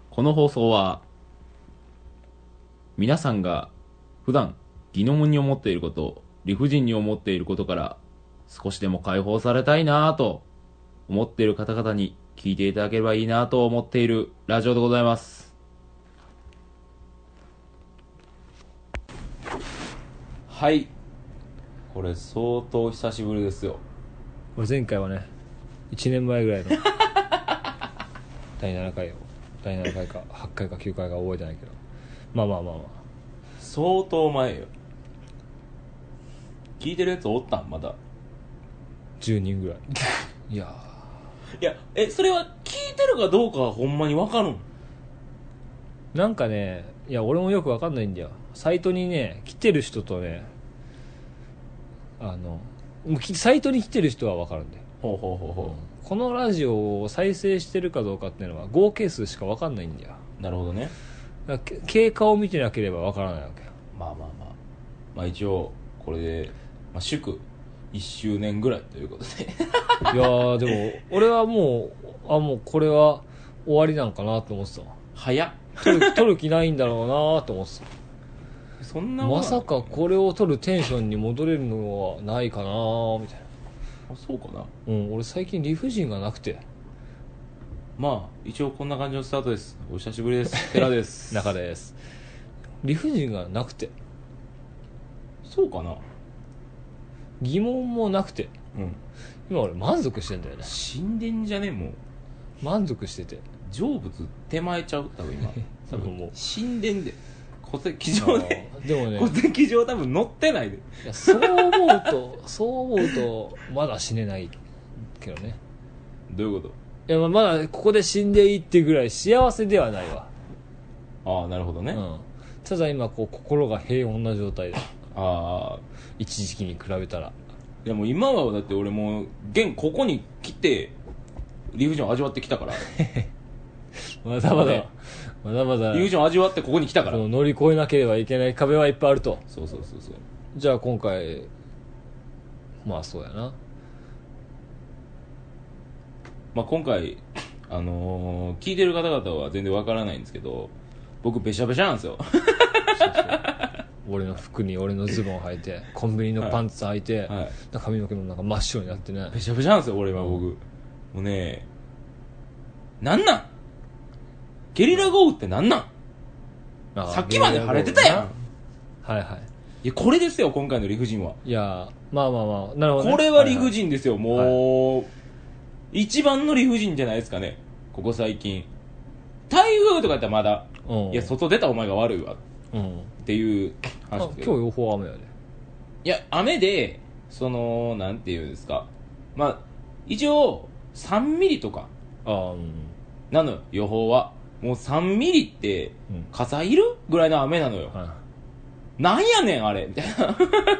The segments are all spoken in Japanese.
この放送は皆さんが普段疑問に思っていること、理不尽に思っていることから少しでも解放されたいなぁと思っている方々に聞いていただければいいなと思っているラジオでございます。はい、これ相当久しぶりですよ。 俺前回はね1年前ぐらいの第7回か8回か9回か覚えてないけど、まあ相当前よ。聞いてるやつおったんまだ 10人ぐらいいやそれは聞いてるかどうかはほんまに分かるん？ なんかね、いや俺もよく分かんないんだよ。サイトにね来てる人とね、サイトに来てる人は分かるんだよ。このラジオを再生してるかどうかっていうのは合計数しか分かんないんだよ。 なるほどね。 だから経過を見てなければ分からないわけよ。 まあ一応これで、祝1周年ぐらいということでいやーでも俺はもうこれは終わりなんかなと思ってた。 早っ。 撮る気ないんだろうなと思ってた。 そんなまさかこれを撮るテンションに戻れるのはないかなみたいな。 あ、そうかな。 俺最近理不尽がなくて。 まあ一応こんな感じのスタートです。お久しぶりです。寺です中です。理不尽がなくて、 そうかな。 疑問もなくて、 うん、 今俺満足してんだよね。 死んでんじゃね。もう満足してて、 成仏手前ちゃう。多分今多分もう死んでんで、戸籍上で。 でもね戸籍上多分載ってないで。 いやそう思うとまだ死ねないけどね。 どういうこと？ いやまだここで死んでいいってぐらい幸せではないわ。 ああ、なるほどね。 ただ今こう心が平穏な状態だ。 ああ、 一時期に比べたら。 いやもう今はだって俺も現ここに来て理不尽を味わってきたからまだまだ、 ね、 まだまだ理不尽を味わってここに来たから乗り越えなければいけない壁はいっぱいあると。 そうじゃあ今回まあそうやな、 今回聞いてる方々は全然わからないんですけど、僕べしゃべしゃなんですよそう俺の服に俺のズボン履いてコンビニのパンツ履いて、 はい、 髪の毛もなんか真っ白になってね、 べしゃべしゃなんですよ俺は。僕もうね、なんゲリラ豪雨ってなんさっきまで晴れてたやん。 はいいやこれですよ今回の理不尽は。 いやまあなるほど、ね、 これは理不尽ですよ、もう、一番の理不尽じゃないですかねここ最近。台風とかやったらまだ、いや外出たお前が悪いわっていう話ですけど、 今日予報雨やで。 いや雨でなんていうんですか、一応3ミリとかなのよ予報は。もう3ミリって傘いるぐらいの雨なのよ、なんやねんあれみたいな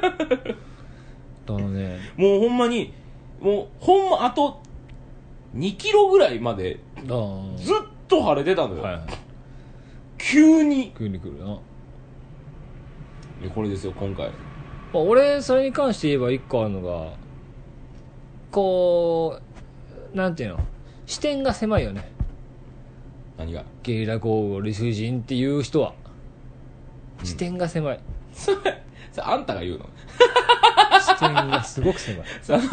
ね、 もうほんまにあと2キロぐらいまでずっと晴れてたのよ、急に来るな。 これですよ今回。 俺それに関して言えば一個あるのが、こうなんていうの、視点が狭いよね。 何が？ ゲリラ豪雨を理不尽っていう人は、視点が狭い。 それあんたが言うの？ 視点がすごく狭い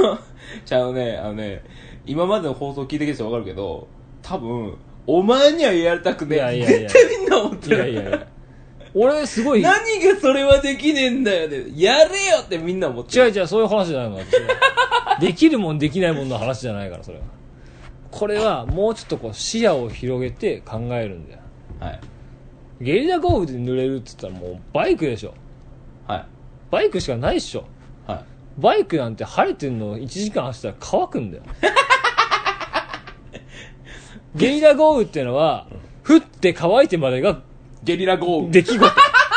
今までの放送聞いてきて人分かるけど、多分お前にはやりたくねえ。絶対みんな思ってる。 いや俺すごい何がそれはできねえんだよね、やれよってみんな思ってる。 違うそういう話じゃないのできるもんできないもんの話じゃないから。それはこれはもうちょっとこう視野を広げて考えるんだよ。ゲリラ豪雨で濡れるって言ったらもうバイクでしょ。バイクしかないっしょ。バイクなんて晴れてんの1時間走ったら乾くんだよゲリラ豪雨っていうのは降って乾いてまでがゲリラ豪雨出来事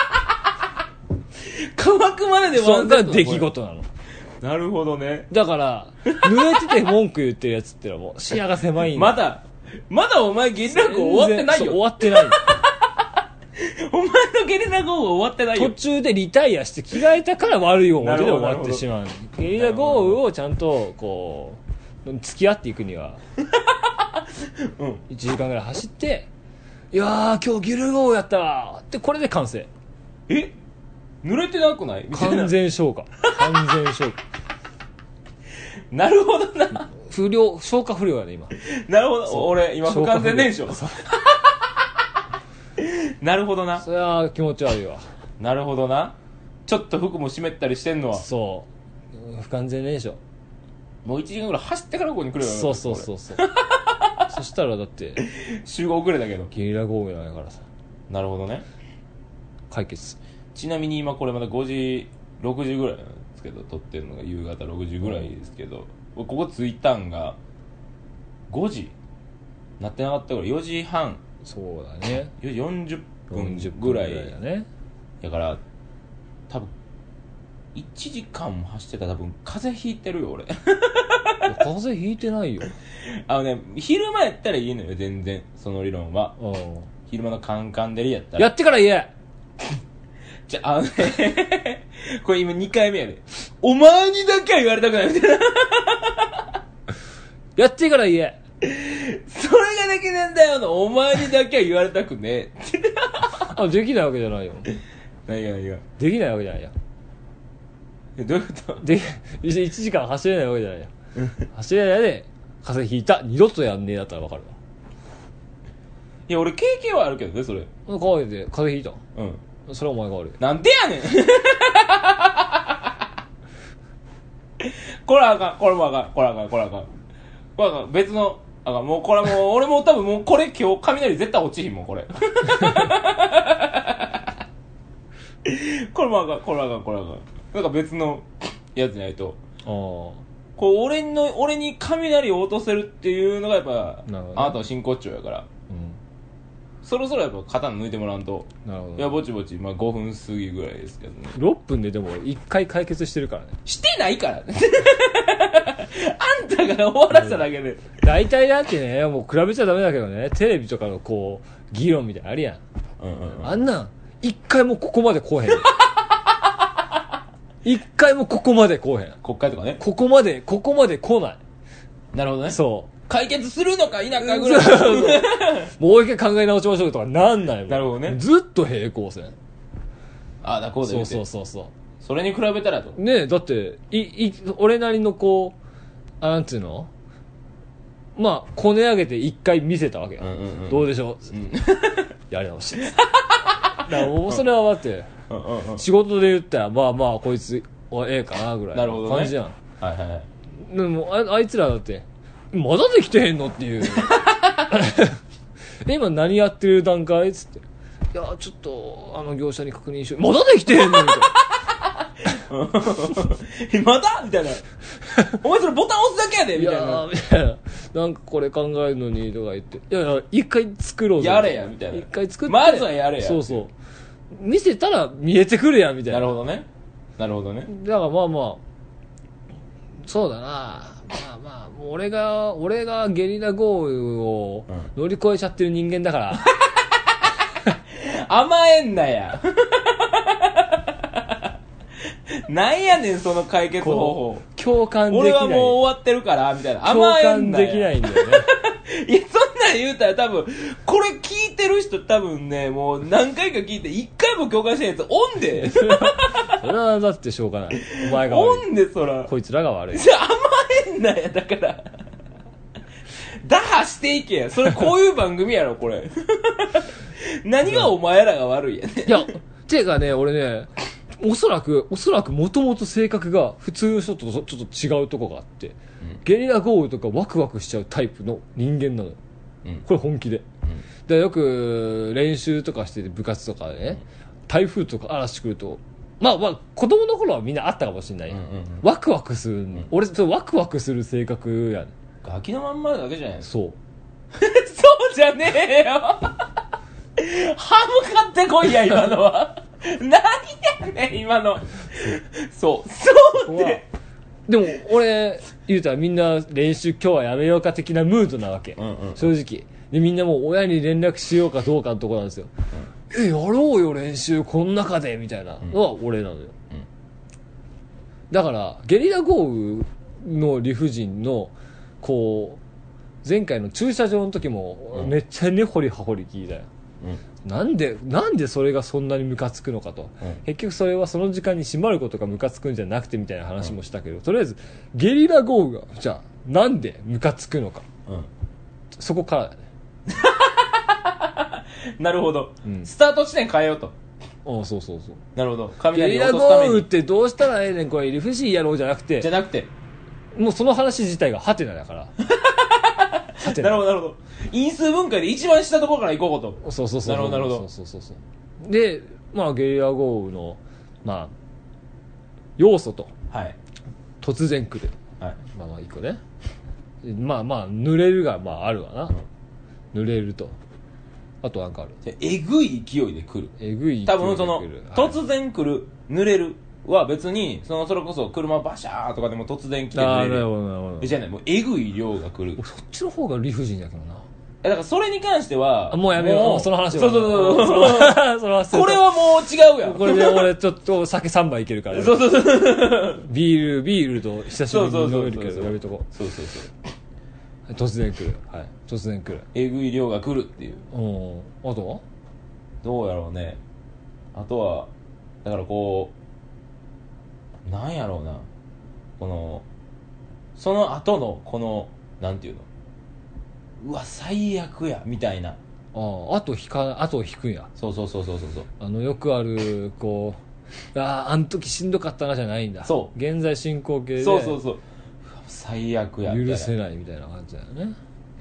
乾くまででそんな出来事なの。 なるほどね。 だから濡れてて文句言ってるやつってのはもう視野が狭いんだ。 まだお前ゲリラ豪雨終わってないよ。 終わってないお前のゲリラ豪雨終わってないよ。 途中でリタイアして着替えたから悪い思い出で終わってしまう。ゲリラ豪雨をちゃんとこう付き合っていくには1時間ぐらい走っていやー今日ゲリラ豪雨やったわでこれで完成。 え濡れてなくないみたいな。 完全消化なるほどな。 消化不良やね今。 なるほど。俺今不完全燃焼。なるほどな。 それは気持ち悪いわ。 なるほどな。ちょっと服も湿ったりしてんのは。 そう不完全燃焼。 もう1時間ぐらい走ってからここに来るよ。 そうそしたらだって集合遅れだけどゲリラ豪雨なんやからさ。 なるほどね。 解決。 ちなみに今これまだ5時6時ぐらいなんですけど、撮ってるのが夕方6時ぐらいですけど、ここ着いたんが5時なってなかったから4時半。 そうだね。 4時40分ぐらいだね。 だから多分1時間も走ってたら多分風邪ひいてるよ俺。 風邪ひいてないよ。 昼間やったらいいのよ全然。その理論は昼間のカンカン照りやったらやってから言え。 これ今2回目やで。お前にだけは言われたくないみたいな。 やってから言え。 それがだけなんだよの。お前にだけは言われたくねえ。できないわけじゃないよ。 何ができないわけじゃないや。 どういうことで1時間走れないわけじゃないや。走れないで風邪ひいた二度とやんねえだったら分かるわ。 いや俺経験はあるけどねそれ。 川で風邪ひいた。それはお前が悪い。 なんでやねん。これあかん。これもあかん。これあかん。これあかん。これあかん。別のあかん。もうこれもう俺も多分もうこれ今日雷絶対落ちひんもんこれ。これもあかん。これあかん。これあかん。なんか別のやつじゃないと。こう俺に雷を落とせるっていうのがやっぱ、ね、あなたの真骨頂やから、そろそろやっぱ刀抜いてもらうと。なるほど。いやぼちぼち、5分過ぎぐらいですけどね。 6分ででも1回解決してるからね。 してないからね。あんたが終わらせただけで。 大体だってね、もう比べちゃダメだけどね、テレビとかのこう議論みたいなのあるやん。あんなん1回もここまで来おへん。一回もここまで来おへん。 国会とかね。 ここまで来ない。 なるほどね。 そう。 解決するのか否かぐらい。 もう一回考え直しましょうとかなんないもん。 なるほどね。 ずっと平行線。 ああだこうだ言うて。 そう。 それに比べたらと。 ねえ、だって、俺なりのこう、なんていうの？まあ、こね上げて一回見せたわけよ。どうでしょう、やり直し。だからもうそれはだって、仕事で言ったら、まあこいつ、ええかなぐらいの感じやん。 はいはいはい。 でもあいつらだって、まだできてへんのっていう。今何やってる段階つって。いや、ちょっと、業者に確認しよう。まだできてへんのみたいな。 まだみたいな。お前それボタン押すだけやでみたいな。 いやみたいな。なんかこれ考えるのにとか言って。いや、一回作ろうぜ。 やれや、みたいな。 一回作って。 まずはやれや。 そう。見せたら見えてくるやん、みたいな。 なるほどね。だからまあ、そうだな。まあ、俺がゲリラ豪雨を乗り越えちゃってる人間だから。 甘えんなや。なんやねんその解決方法。 共感できない。 俺はもう終わってるからみたいな。甘えんなや。 共感できないんだよね。 いやそんなん言うたら多分これ聞いてる人多分ねもう何回か聞いて1回も共感してないやつおんで。 それはだってしょうがない。お前が悪い。 おんでそら。 こいつらが悪い。 甘えんなやだから。打破していけや。それこういう番組やろこれ。何がお前らが悪いやね。 いやていうかね俺ね。おそらくもともと性格が普通の人とちょっと違うとこがあって、ゲリラ豪雨とかワクワクしちゃうタイプの人間なのよ、これ本気で、でよく練習とかしてて部活とかでね、台風とか嵐来るとまあ子供の頃はみんなあったかもしれない、ワクワクする、俺それワクワクする性格やね。 ガキのまんまだけじゃない。 そうそうじゃねえよ。歯向かってこいや今のは。何やねん今の。そうってでも俺言うたらみんな練習今日はやめようか的なムードなわけ、正直でみんなもう親に連絡しようかどうかのところなんですよ、やろうよ練習この中でみたいなのは俺なのよ、だからゲリラ豪雨の理不尽のこう前回の駐車場の時もめっちゃ根掘り葉掘り聞いたよ、 なんでそれがそんなにムカつくのかと、結局それはその時間に閉まることがムカつくんじゃなくてみたいな話もしたけど、とりあえずゲリラ豪雨がじゃあなんでムカつくのか、そこからだねなるほど、スタート地点変えようと。 そうなるほど。 ゲリラ豪雨ってどうしたらええねんこれ理不尽やろうじゃなくてもうその話自体がハテナだからなるほど因数分解で一番下のところから行こうと。 そうなるほどでゲリラ豪雨の要素と、突然来る、一個ね、濡れるがあるわな、濡れると、あとなんかある、 えぐい勢いで来る。多分その突然来る濡れるは別にそれこそ車バシャーとかでも突然来て濡れるじゃない、もうえぐい量が来る。 そっちの方が理不尽だけどな。 だからそれに関してはもうやめよう、その話は。 これはもう違うやん。 これで俺ちょっと酒3杯いけるから。ビールと久しぶりに飲めるけどやめとこう。突然来る。突然来る。 えぐい量が来るっていう。 あとはどうやろうね。あとはだからこうなんやろうな、その後のなんていうの、うわ最悪やみたいな。 あと引くんや。 そうよくあるあん時しんどかったなじゃないんだ。現在進行形でそう最悪や許せないみたいな感じだよね。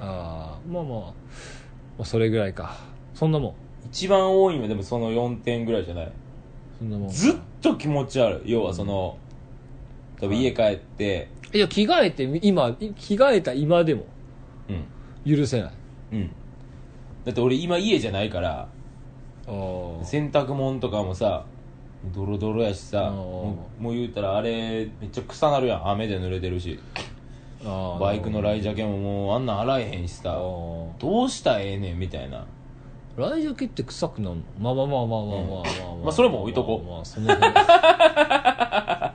それぐらいか。そんなもん一番多いのはでもその4点ぐらいじゃない。 そんなもんずっと気持ち悪い。要は多分家帰って着替えた今でも許せない。 だって俺今家じゃないから洗濯物とかもさドロドロやしさ、もう言うたらあれめっちゃ臭なるやん、雨で濡れてるし。バイクのライジャケももうあんなん洗えへんしさ、どうしたらええねんみたいな。 ライジャケって臭くなるの？ それも置いとこう。 その辺な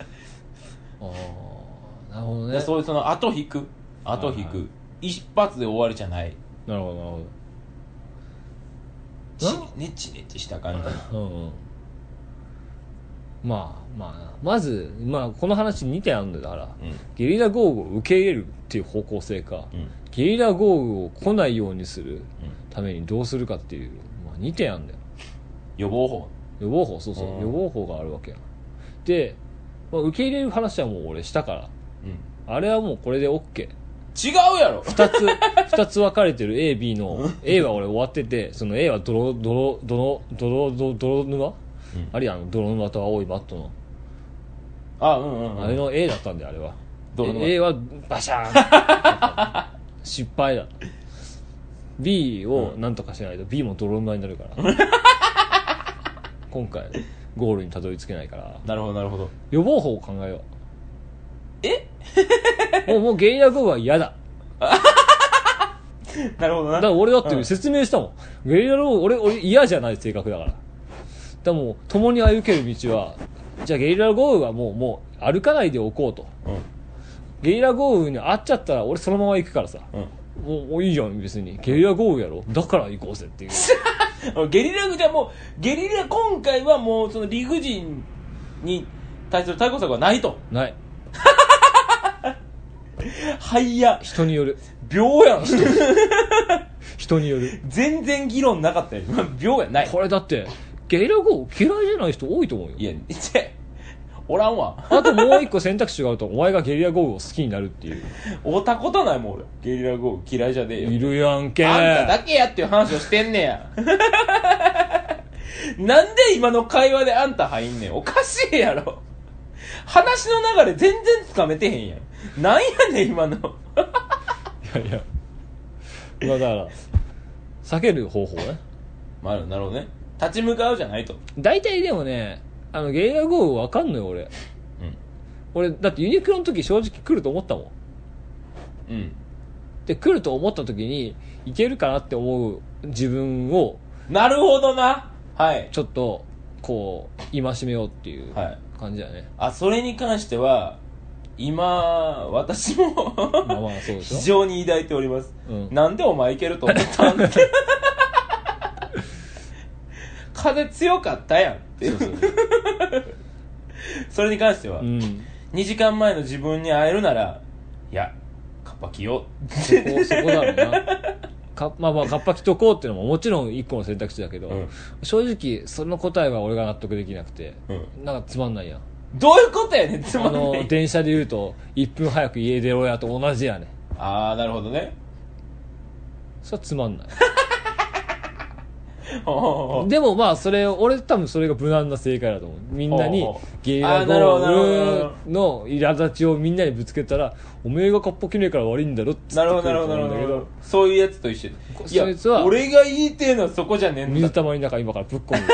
るほどね。 そういう後引く一発で終わりじゃない。 なるほど。ネチした感じ。 まずこの話2点あるんだから、ゲリラ豪雨を受け入れるっていう方向性か、ゲリラ豪雨を来ないようにするためにどうするかっていう、2点あるんだよ。 予防法、 予防法があるわけや。で、受け入れる話はもう俺したから、あれはもうこれで OK。 違うやろ。 2つ分かれてる A、B の A は俺終わってて、その A は泥沼、あるいは泥沼と青いバットのあれの A だったんで、あれは A はバシャーン失敗だ。 B をなんとかしないと B も泥沼になるから今回ゴールにたどり着けないから。 なるほど。 予防法を考えよう。もうゲリラ豪雨は嫌だなるほどな。 だから俺だって説明したもん、ゲリラ豪雨俺嫌じゃない性格だから。でも共に歩ける道は、じゃあゲリラ豪雨はもう歩かないでおこうと、ゲリラ豪雨に会っちゃったら俺そのまま行くからさ、もういいじゃん別に、ゲリラ豪雨やろ、だから行こうぜっていうゲリラじゃもうゲリラ今回はもうその理不尽に対する対抗策はないと。 ないはいや、 人による。 秒やん人による。 全然議論なかったよ。秒やない。 これだってゲリラ豪雨嫌いじゃない人多いと思うよ。 いやおらんわ。 あともう一個選択肢があると、お前がゲリラ豪雨を好きになるっていう。 会ったことないもん俺。ゲリラ豪雨嫌いじゃねえよ。 いるやんけ。 あんただけやっていう話をしてんねやなんで今の会話であんた入んねん。おかしいやろ。話の流れ全然つかめてへんやん。なんやねん今のいやだから避ける方法ね。 なるほどね。立ち向かうじゃないと。 大体でもね、ゲリラ豪雨分かんのよ俺。俺だってユニクロの時正直来ると思ったもん。で来ると思った時にいけるかなって思う自分を、 なるほどな、 ちょっと戒めようっていう感じだね。 それに関しては今私もそうでしょ、 非常に抱いております。なんでお前いけると思ったんだ風強かったやんってそうそれに関しては、2時間前の自分に会えるならいやカッパ着ようそこだろうなまあカッパ着とこうっていうのももちろん一個の選択肢だけど、正直その答えは俺が納得できなくて、なんかつまんないやん。 どういうことやねんつまんない。 電車で言うと1分早く家出ろやと同じやねん。 ああなるほどね。 それはつまんないでもまあ俺多分それが無難な正解だと思う。みんなにゲリラ豪雨の苛立ちをみんなにぶつけたらおめえがカッパ着ねえから悪いんだろって言ってくると思うんだけど、 そういうやつと一緒で、いやそいつは俺が言いてえのはそこじゃねえんだ、 水たまりの中今からぶっ込む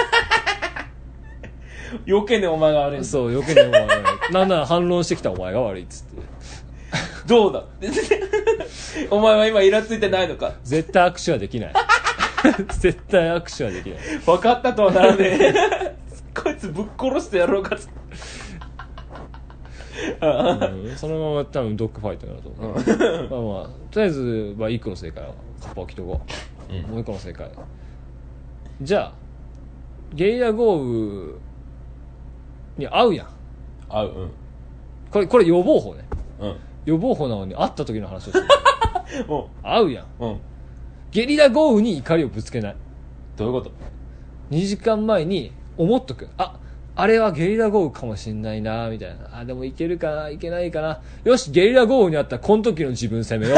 余計ねお前が悪いんだ。 そう余計ねお前が悪いなんなら反論してきたお前が悪いっつってどうだお前は今イラついてないのか。 絶対握手はできない絶対握手はできない。 分かったとはならねえこいつぶっ殺してやろうかそのまま多分ドッグファイトになると思う、まあまあとりあえず1個の正解はカッパを着とこう、もう1個の正解じゃあゲリラ豪雨に合うやん。 合う、 これ予防法ね、予防法なのに会った時の話をする合うやん、ゲリラ豪雨に怒りをぶつけない。 どういうこと。 2時間前に思っとく。あれはゲリラ豪雨かもしんないなみたいな。でもいけるかないけないかな。よしゲリラ豪雨にあったらこの時の自分攻めよう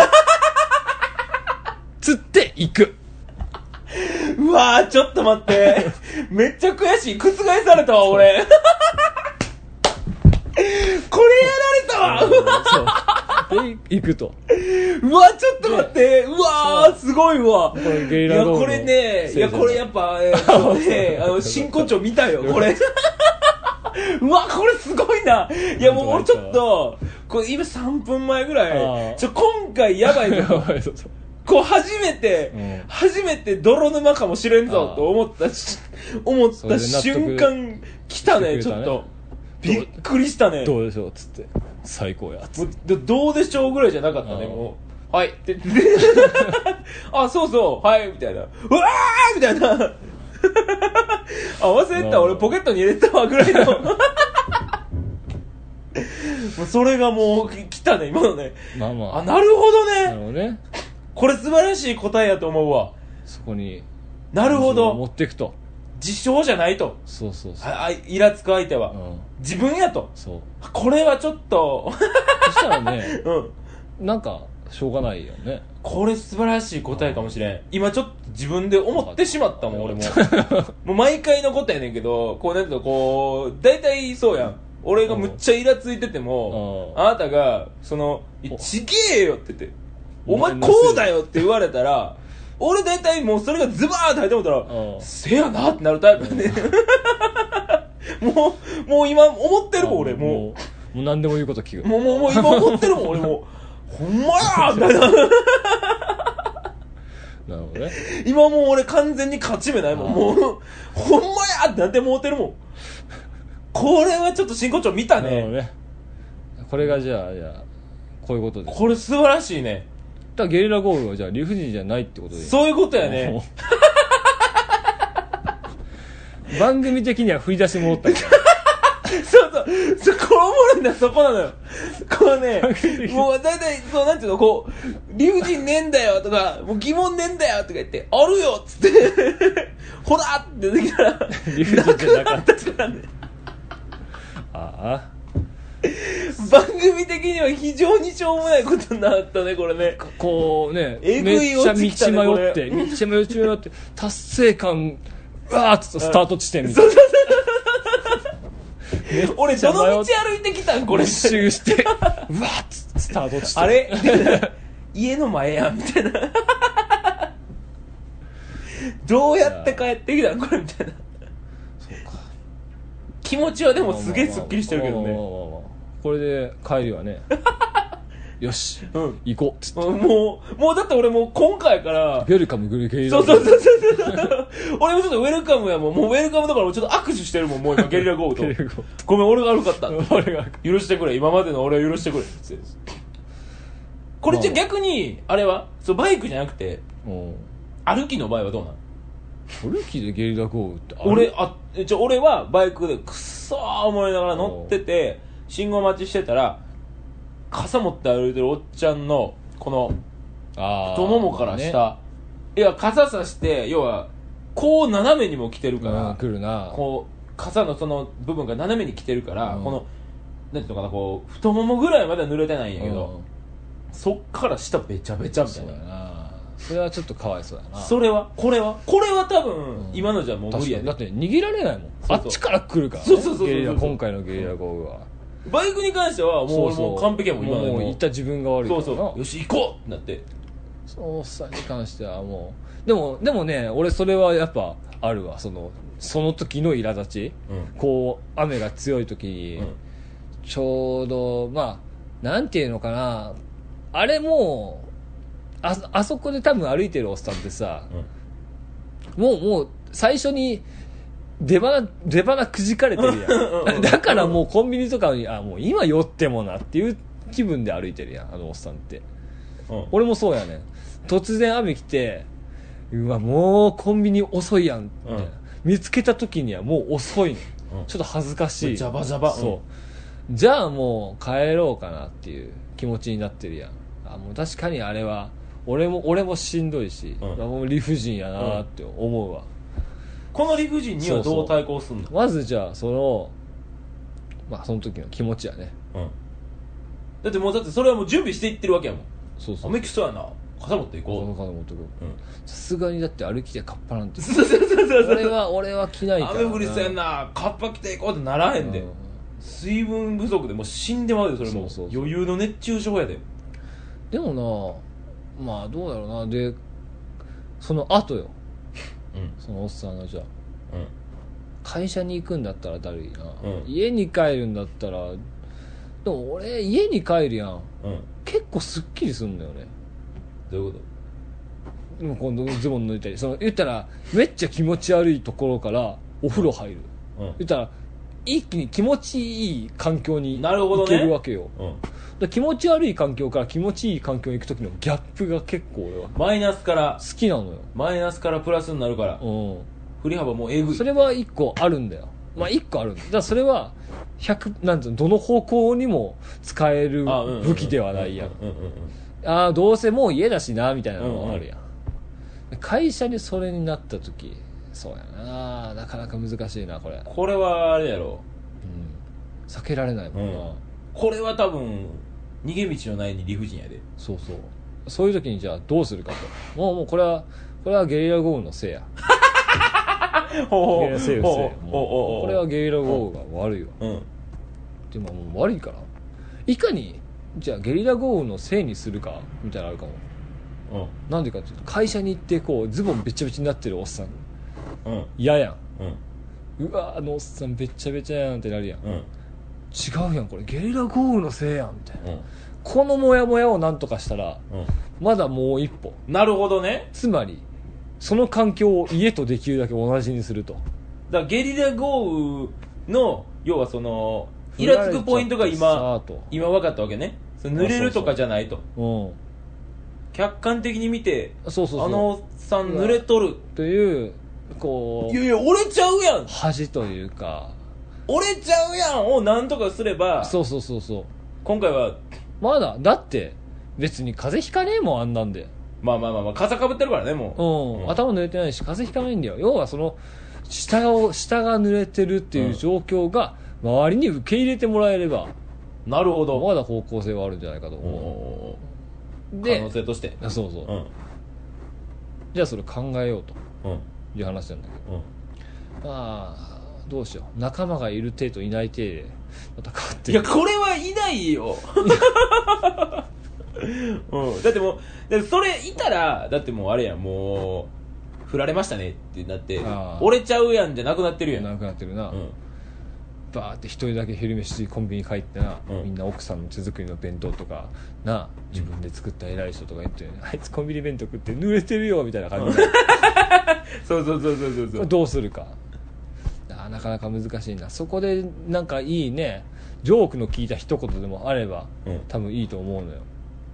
つって行く。 うわーちょっと待ってめっちゃ悔しい。覆されたわ俺これやられたわそうで行くと。 うわちょっと待って、うわーすごいわ。 これゲリラ豪雨のいやこれね、いやこれやっぱ真骨頂見たよこれうわこれすごいな。いやもう俺ちょっとこれ今3分前ぐらい今回やばいぞこう初めて泥沼かもしれんぞと思った瞬間来たね。ちょっとびっくりしたね。 どうでしょうっつって最高やっつってどうでしょうぐらいじゃなかったね。もうはいってあそうそうはいみたいな、うわーみたいな忘れた俺ポケットに入れたわぐらいのもうそれがもう来たね今のね。 まあまあなるほどね。 なるほどね。 これ素晴らしい答えやと思うわ。 そこになるほど持っていくと。 自称じゃないと。 そうイラつく相手は、自分やと。 そうこれはちょっとそしたらね、なんかしょうがないよね。 これ素晴らしい答えかもしれん。今ちょっと自分で思ってしまったもん俺ももう毎回のことやねんけど、こうなんとこう大体そうやん。俺がむっちゃイラついてても、あなたがちげえよって言って、お前こうだよって言われたら俺大体もうそれがズバーって入って思ったらせやなってなるタイプねもう今思ってるもん俺もう何でも言うこと聞く。 もう今思ってるもん俺もほんまやみたいななるほどね。 今もう俺完全に勝ち目ないもん。もうほんまやってなってもうてるもん。これはちょっと真骨頂見たね。 これがじゃあこういうことです。 これ素晴らしいね。 だからゲリラ豪雨はじゃあ理不尽じゃないってことで。 そういうことやね番組的には振り出し戻ったみたいなそうこれおもろいな。そこなのよ。こうねもう大体そうなんていうの、こう理不尽ねえんだよとかもう疑問ねえんだよとか言ってあるよっつってほらって出てきたら理不尽じゃなかったからねああ番組的には非常にしょうもないことになったねこれね。 こうねえぐい落ちきたねめっちゃ道迷って達成感うわーっつってスタート地点みたいな。 俺どの道歩いてきたんこれ。 一周してうわーっつってスタート地点あれ家の前やんみたいなどうやって帰ってきたんこれみたいな。そうか。気持ちはでもすげえすっきりしてるけどね。 これで帰りはねよし、行こうっつってもうだって俺もう今回からウェルカムグルゲリラそう俺もちょっとウェルカムやもん。もうウェルカムだからちょっと握手してるもん。もう今ゲリラ豪雨とごめん俺が悪かった許してくれ今までの俺を許してくれこれじゃ逆にあれはバイクじゃなくて歩きの場合はどうなん。 歩きでゲリラ豪雨ってある？ 俺はバイクでくっそー思いながら乗ってて信号待ちしてたら傘持って歩いてるおっちゃんのこの太ももから下、いや傘さして要はこう斜めにも来てるから、 来るな、 こう傘のその部分が斜めに来てるから、このなんていうのかな、こう太ももぐらいまでは濡れてないんやけど、そっから下べちゃべちゃみたいな。 それはちょっとかわいそうやな。 これは多分、今のじゃもう無理やで。 だって逃げられないもん。あっちから来るからね。今回のゲリラ豪雨は。 バイクに関してはもう完璧やもん。今もう行った自分が悪いからな。 そうよし行こうってなって。 そのおっさんに関してはもうでもね、俺それはやっぱあるわ。その時の苛立ち、こう雨が強い時に、ちょうどまあなんていうのかな、あれもうあそこで多分歩いてるおっさんってさ、もう最初に出花くじかれてるやんだからもうコンビニとかにもう今酔ってもなっていう気分で歩いてるやん、あのおっさんって。俺もそうやねん。突然雨来て、うわもうコンビニ遅いやんみたいな、見つけた時にはもう遅いの、ちょっと恥ずかしい、 ジャバジャバ、 そうじゃあもう帰ろうかなっていう気持ちになってるやん。もう確かにあれは俺もしんどいし、もう理不尽やなって思うわ。 この理不尽にはどう対抗すんの？ まずじゃあその時の気持ちやね、 だってそれはもう準備していってるわけやもん。 そう雨来そうやな、傘持っていこう。 傘持っていこう。さすがにだって歩きでカッパなんてそう俺は着ないからな。 雨降りそうやな、カッパ着ていこうってならへんで、水分不足でもう死んでまうで。それも余裕の熱中症やで。 でもな、まあどうだろうな。でその後よ、そのおっさんがじゃあ、会社に行くんだったらだるいな、家に帰るんだったら、でも俺家に帰るやん、結構すっきりするんだよね。 どういうこでも今度ズボン脱いだり、言ったらめっちゃ気持ち悪いところからお風呂入る、言ったら一気に気持ちいい環境に行けるわけよ。だ気持ち悪い環境から気持ちいい環境に行く時のギャップが結構俺はマイナスから好きなのよ。 マイナスからプラスになるから、振り幅もえぐい。 それは一個あるんだよ。一個あるんだ。だからそれはなんていうの、どの方向にも使える武器ではないやん。どうせもう家だしなみたいなのがあるやん、会社でそれになった時、そうやな、なかなか難しいな。 これはあれやろ、 避けられないもんな、 これは多分逃げ道のないに理不尽やで。 そういう時にじゃあどうするかと。もうこれはゲリラ豪雨のせいやゲリラせいよせい。これはゲリラ豪雨が悪いよ、でももう悪いから、いかにじゃあゲリラ豪雨のせいにするかみたいなのあるかも。なんでかっていうと、会社に行ってこうズボンべちゃべちゃになってるおっさん嫌やん、うわあのおっさんべちゃべちゃやんってなるやん、違うやん、これゲリラ豪雨のせいやんみたいな、このモヤモヤをなんとかしたら、まだもう一歩。 なるほどね。 つまりその環境を家とできるだけ同じにすると。 だからゲリラ豪雨の要はそのイラつくポイントが今分かったわけね。濡れるとかじゃないと、客観的に見て、あのおっさん濡れとるというこう、 いや折れちゃうやん、 恥というか折れちゃうやんをなんとかすれば、今回はまだって別に風邪ひかねえもん、あんなんで。 まあ傘かぶってるからね、もう、頭濡れてないし風邪ひかないんだよ。要はその下が濡れてるっていう状況が周りに受け入れてもらえれば、 なるほど、 まだ方向性はあるんじゃないかと思う。で可能性として、 じゃあそれ考えようという話なんだけど、まあどうしよう、仲間がいる程度いない程度でまた変わってる。 いやこれはいないよだってもうそれいたら、だってもうあれやん、もう振られましたねってなって折れちゃうやんじゃなくなってるやん。 なくなってるな、バーって一人だけ昼飯コンビニ帰ってな、みんな奥さんの手作りの弁当とかな、自分で作った偉い人とか言って、あいつコンビニ弁当食って濡れてるよみたいな感じでそうどうするか。なかなか難しいな。そこでなんかいいね、ジョークの効いた一言でもあれば、多分いいと思うのよ。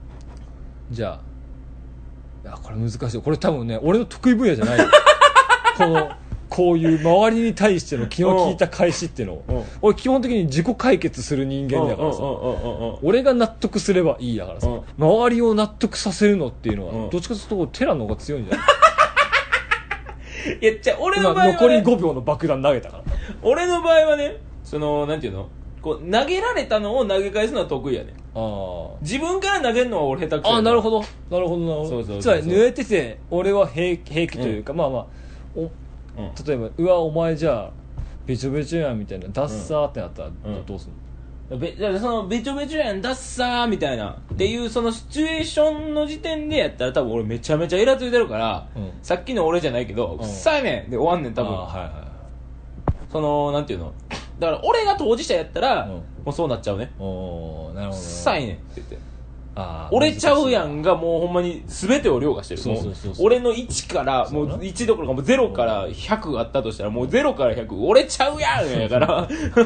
じゃあ、いやこれ難しい。これ多分ね、俺の得意分野じゃないよこういう周りに対しての気の利いた返しっていうのを、俺基本的に自己解決する人間だからさ、俺が納得すればいいやからさ、周りを納得させるのっていうのは、どっちかというとテラの方が強いんじゃないいや、じゃあ俺の場合は、ね、 残り5秒の爆弾投げたから。 俺の場合はね、なんていうの、こう投げられたのを投げ返すのは得意やね。自分から投げるのは俺下手くそや。 なるほどなるほど。つまり濡れてて俺は平気というか、まあまあ例えばうわお前じゃあべちょべちょやんみたいなダッサーってなったらどうすんの？ そのべちょべちょやんダッサーみたいなっていうそのシチュエーションの時点でやったら多分俺めちゃめちゃイラついてるから、さっきの俺じゃないけどくっさいねんで終わんねん多分。なんていうの、だから俺が当事者やったら、もうそうなっちゃうね。なるほど。くっさいねんって言って。折れちゃうやんがもうほんまに全てを凌駕してる。俺の1からもう1どころかもう0から100あったとしたらもう0から100折れちゃうやんやから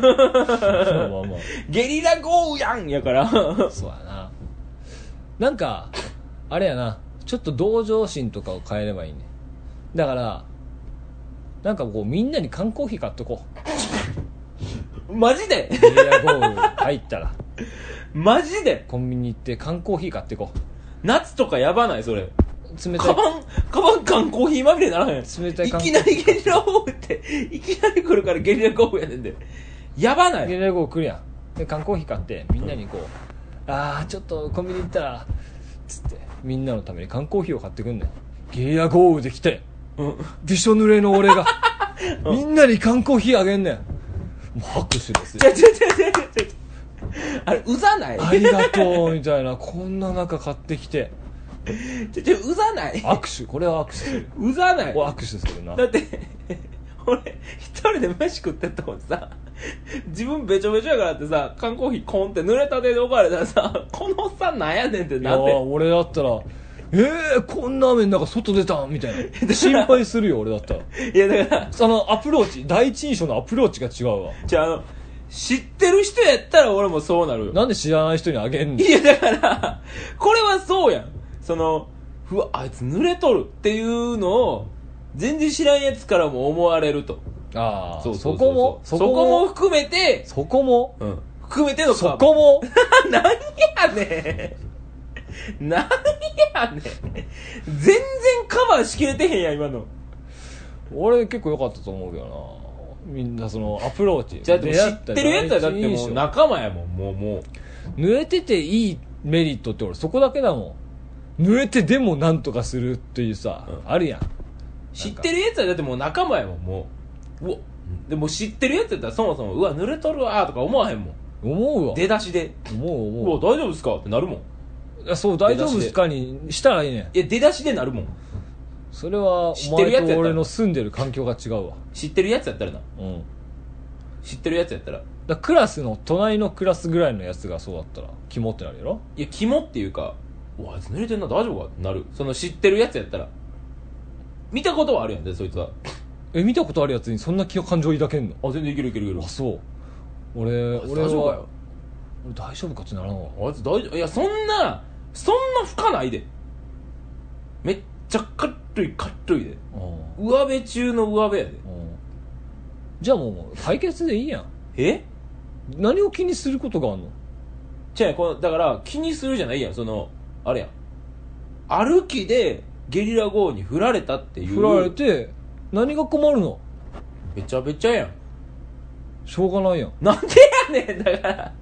ゲリラ豪雨やんやからそうやな。なんかあれやな、ちょっと同情心とかを変えればいいね。だからなんかこうみんなに缶コーヒー買っとこうマジでゲリラ豪雨入ったらマジでコンビニ行って缶コーヒー買ってこう。 夏とかやばない？それ冷たいカバン缶コーヒーまみれならへん。 冷たい缶いきなりゲリラ豪雨っていきなり来るからゲリラ豪雨やねんで。やばない？ ゲリラ豪雨来るやん。で缶コーヒー買ってみんなにこう、ちょっとコンビニ行ったらつってみんなのために缶コーヒーを買ってくんねん。ゲリラ豪雨で来て、びしょ濡れの俺がみんなに缶コーヒーあげんねん。もう拍手ですよ。 あれうざない？ ありがとうみたいな。こんな中買ってきてうざない？ 握手、これは握手する。 うざない？ 握手するな。 だって俺一人で飯食ってったもんさ、自分べちょべちょやからってさ缶コーヒーコンって濡れたてで置かれたらさ、このおっさんなんやねんってなって。いや俺だったらこんな雨の中外出たんみたいな心配するよ俺だったら。 いやだからそのアプローチ、第一印象のアプローチが違うわ。 じゃあ知ってる人やったら俺もそうなるよ。 なんで知らない人にあげんの？ いやだからこれはそうやん。うわあいつ濡れとるっていうのを全然知らんやつからも思われると。 そこも含めて、含めてのか。 そこも何やねん何やねん全然カバーしきれてへんやん今の。 俺結構良かったと思うけどな。みんなそのアプローチ。 じゃあでも知ってるやつはだってもう仲間やもん。もう濡れてていいメリットって俺そこだけだもん。濡れてでもなんとかするっていうさ、あるやん。 知ってるやつはだってもう仲間やもん。もううわでも知ってるやつやったらそもそもうわ濡れとるわとか思わへんもん。 思うわ。 出だしで思う。 うわ大丈夫ですかってなるもん。 そう大丈夫ですかにしたらいいねん。 いや出だしでなるもん。 それはお前と俺の住んでる環境が違うわ。 知ってるやつやったらな。知ってるやつやったらクラスの隣のクラスぐらいのやつがそうだったらキモってなるやろ。 いやキモっていうか、うわあいつ濡れてんな大丈夫かってなる。その知ってるやつやったら見たことはあるやんでそいつは。 見たことあるやつにそんな感情抱けんの？ 全然いける。 そう俺大丈夫かよ。 俺大丈夫かってならんわ。 あいつ大丈夫。いやそんな深ないで。めっちゃカットイで上辺中の上辺やで。 じゃあもう解決でいいやん。何を気にすることがあんの？ だから気にするじゃないやん。あれやん、歩きでゲリラ豪雨に降られたっていう。 降られて何が困るの？ べちゃべちゃやん。 しょうがないやん。 なんでやねんだから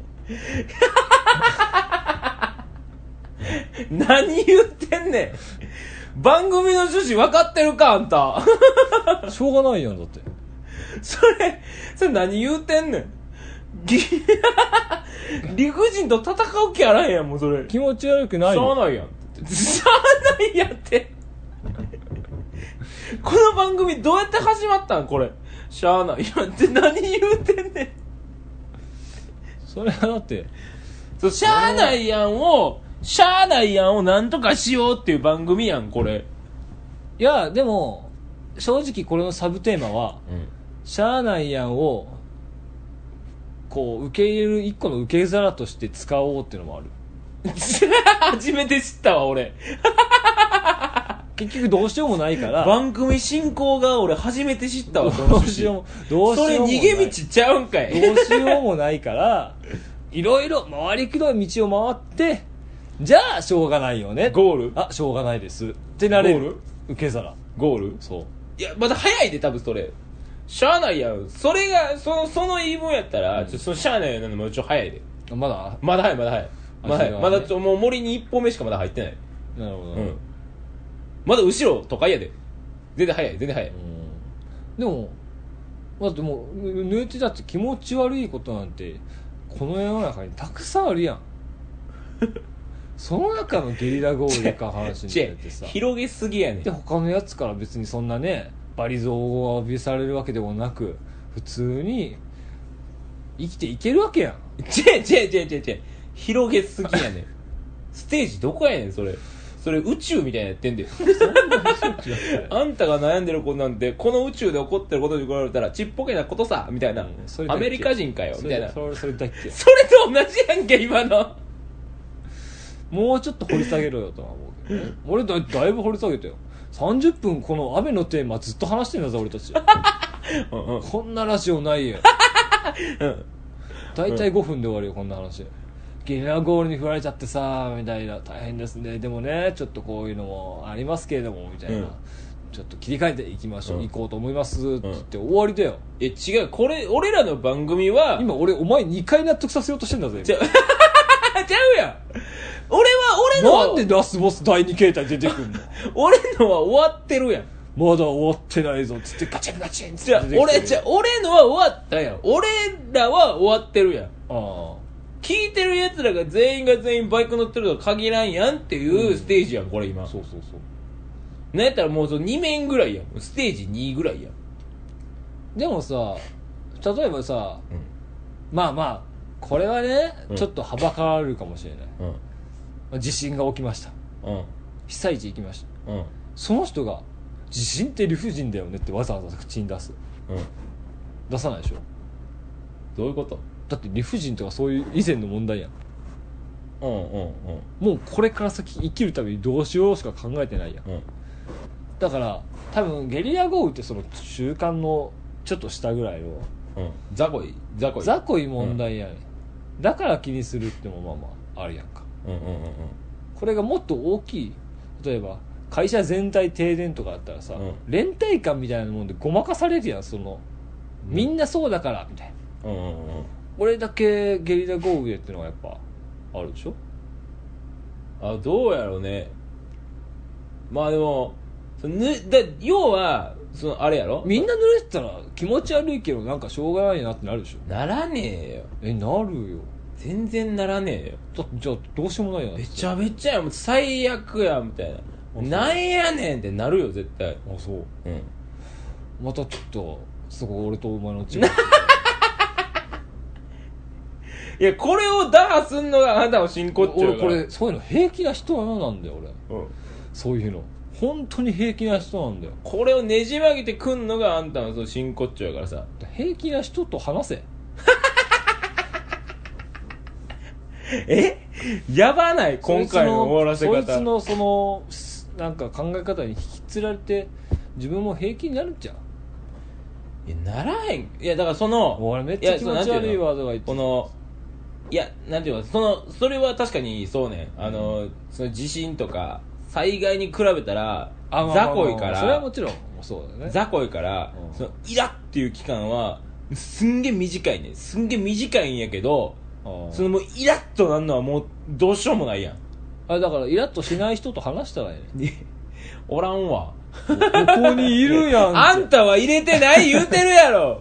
何言ってんねん。番組の趣旨分かってるかあんたしょうがないやん。だってそれ何言うてんねん。理不尽と戦う気あらへんやん。もうそれ気持ち悪くないよ。 しゃあないやん。しゃあないやんってこの番組どうやって始まったんこれ。しゃあないやんって何言うてんねん。 それはだってしゃあないやんをなんとかしようっていう番組やんこれ。 いやでも正直これのサブテーマは、しゃあないやんをこう受け入れる一個の受け皿として使おうっていうのもある。 初めて知ったわ俺結局どうしようもないから番組進行が俺初めて知ったわ。 どうしようもそれ逃げ道ちゃうんかい。 どうしようもないからいろいろ回りくどい道を回ってじゃあしょうがないよね。 ゴールあしょうがないですってなれる。ゴール受け皿ゴール。 そういやまだ早いで多分それしゃあないやん。それがその言い分やったら、そのしゃあないやんのもちょっと早いで。 まだ早いまだもう森に一歩目しかまだ入ってない。 なるほど、 まだ後ろ都会やで。全然早い。 でもだってもう抜いてたって気持ち悪いことなんてこの世の中にたくさんあるやんその中のゲリラ豪雨か話になってさ広げすぎやねん。 で他のやつから別にそんなね罵詈雑言を浴びされるわけでもなく普通に生きていけるわけやん。 広げすぎやねんステージどこやねんそれ宇宙みたいにやってんであんたが悩んでることなんてこの宇宙で起こってることに比べたらちっぽけなことさみたいな、アメリカ人かよみたいな。 それだっけ。 それと同じやんけ今の。 もうちょっと掘り下げろよとは思うけど、ね、俺だいぶ掘り下げたよ。30分この雨のテーマずっと話してんだぞ俺たちこんなラジオないよだいたい5分で終わるよこんな話。ゲリラ豪雨に降られちゃってさみたいな、大変ですね、でもねちょっとこういうのもありますけれどもみたいな、ちょっと切り替えていきましょう、行こうと思いますって言って終わりだよ。 違う、これ俺らの番組は今俺お前2回納得させようとしてんだぜちゃうやん。俺のなんでラスボス第2形態出てくんの俺のは終わってるやん。 まだ終わってないぞつってガチンガチンつって出てくる。 俺のは終わったやん。俺らは終わってるやん。 ああ聞いてる奴らが全員バイク乗ってるとは限らんやんっていうステージやんこれ今。 そうなんやったらもうその2面ぐらいやん。ステージ2ぐらいやん。 でもさ例えばさ、まあこれはね、ちょっとはばかられるかもしれない、地震が起きました、被災地行きました、その人が地震って理不尽だよねってわざわざ口に出す、出さないでしょ。 どういうこと？ だって理不尽とかそういう以前の問題やん。もうこれから先生きるためにどうしようしか考えてないやん、だから多分ゲリラ豪雨ってその中間のちょっと下ぐらいの、 雑魚い問題やね、だから気にするってもまああるやんか、これがもっと大きい、例えば会社全体停電とかだったらさ、連帯感みたいなもんでごまかされるやん、そのみんなそうだからみたいな、俺だけゲリラ豪雨でってのがやっぱあるでしょ。 どうやろうね。まあでも要はそのあれやろ、 みんな濡れてたら気持ち悪いけどなんかしょうがないなってなるでしょ。 ならねえよ。 なるよ。 全然ならねえよ。 だってじゃあどうしようもないやん。 めちゃめちゃやもう最悪やみたいな、なんやねんってなるよ絶対。 そう、またちょっとそこ俺とお前の違いいやこれを打破すんのがあなたの真骨頂。 俺これそういうの平気な人なんだよ俺、そういうの本当に平気な人なんだよ。 これをねじ曲げてくんのがあんたのその真骨頂やからさ。 平気な人と話せやばない？今回の終わらせ方。 そいつのそのなんか考え方に引きつられて自分も平気になるんちゃう。 いやならへん。いやだからその俺めっちゃ気持ち悪いわとか言ってこのいやなんていうかそれは確かにそうね。その地震とか災害に比べたら雑魚いから、 それはもちろんそうだね。 雑魚いから、そのイラッっていう期間はすんげえ短いね。すんげえ短いんやけど、そのもうイラッとなんのはもうどうしようもないやん。 だからイラッとしない人と話したらいいね。 おらんわ。 ここにいるやん。 あんたは入れてない言うてるやろ。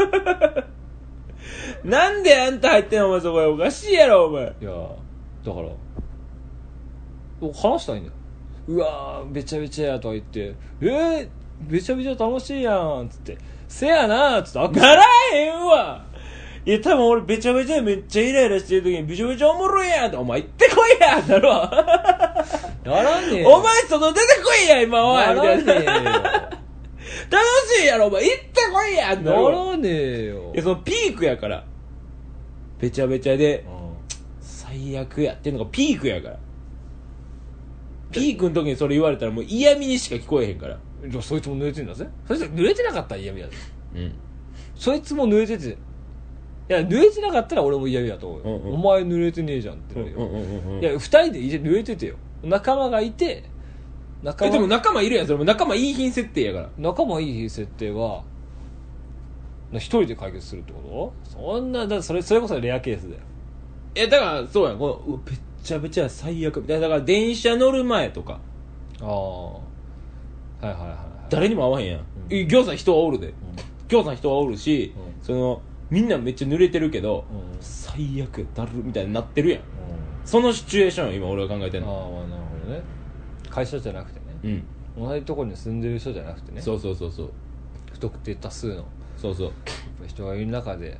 なんであんた入ってんのお前そこへ。おかしいやろお前。 いやだから話したいんだよ。うわーべちゃべちゃやとか言ってべちゃべちゃ楽しいやんつってせやなーつってならへんわ。いや多分俺べちゃべちゃめっちゃイライラしてる時にべちゃべちゃおもろいやんってお前行ってこいやんなるわ。 ならねえお前外出てこいや今お前ならねえよ。 楽しいやろお前行ってこいやんならねえよ。 いやそのピークやからべちゃべちゃで、最悪やってんのがピークやから。 ピークの時にそれ言われたらもう嫌味にしか聞こえへんから。 じゃあそいつも濡れてんだぜ。そいつ濡れてなかったら嫌味だぜ。 うん。 そいつも濡れてて、いや濡れてなかったら俺も嫌味だと思うよ、お前濡れてねえじゃんってなるよ、いや二人で濡れててよ、仲間がいて、 でも仲間いるやん。それも仲間いい品設定やから。 仲間いい品設定は一人で解決するってこと？そんな、だそれこそレアケースだよ。 いやだからそうやん、このべっちゃべちゃ最悪みたいな。だから電車乗る前とか、 ああ、はいはいはい、はい、 誰にも会わへんやん、餃子人はおるで、餃子人はおるし、そのみんなめっちゃ濡れてるけど、最悪だるみたいになってるやん、そのシチュエーションを今俺は考えてんの。 ああ、なるほどね。会社じゃなくてね、同じところに住んでる人じゃなくてね。 そう不特定多数のそう人がいる中で、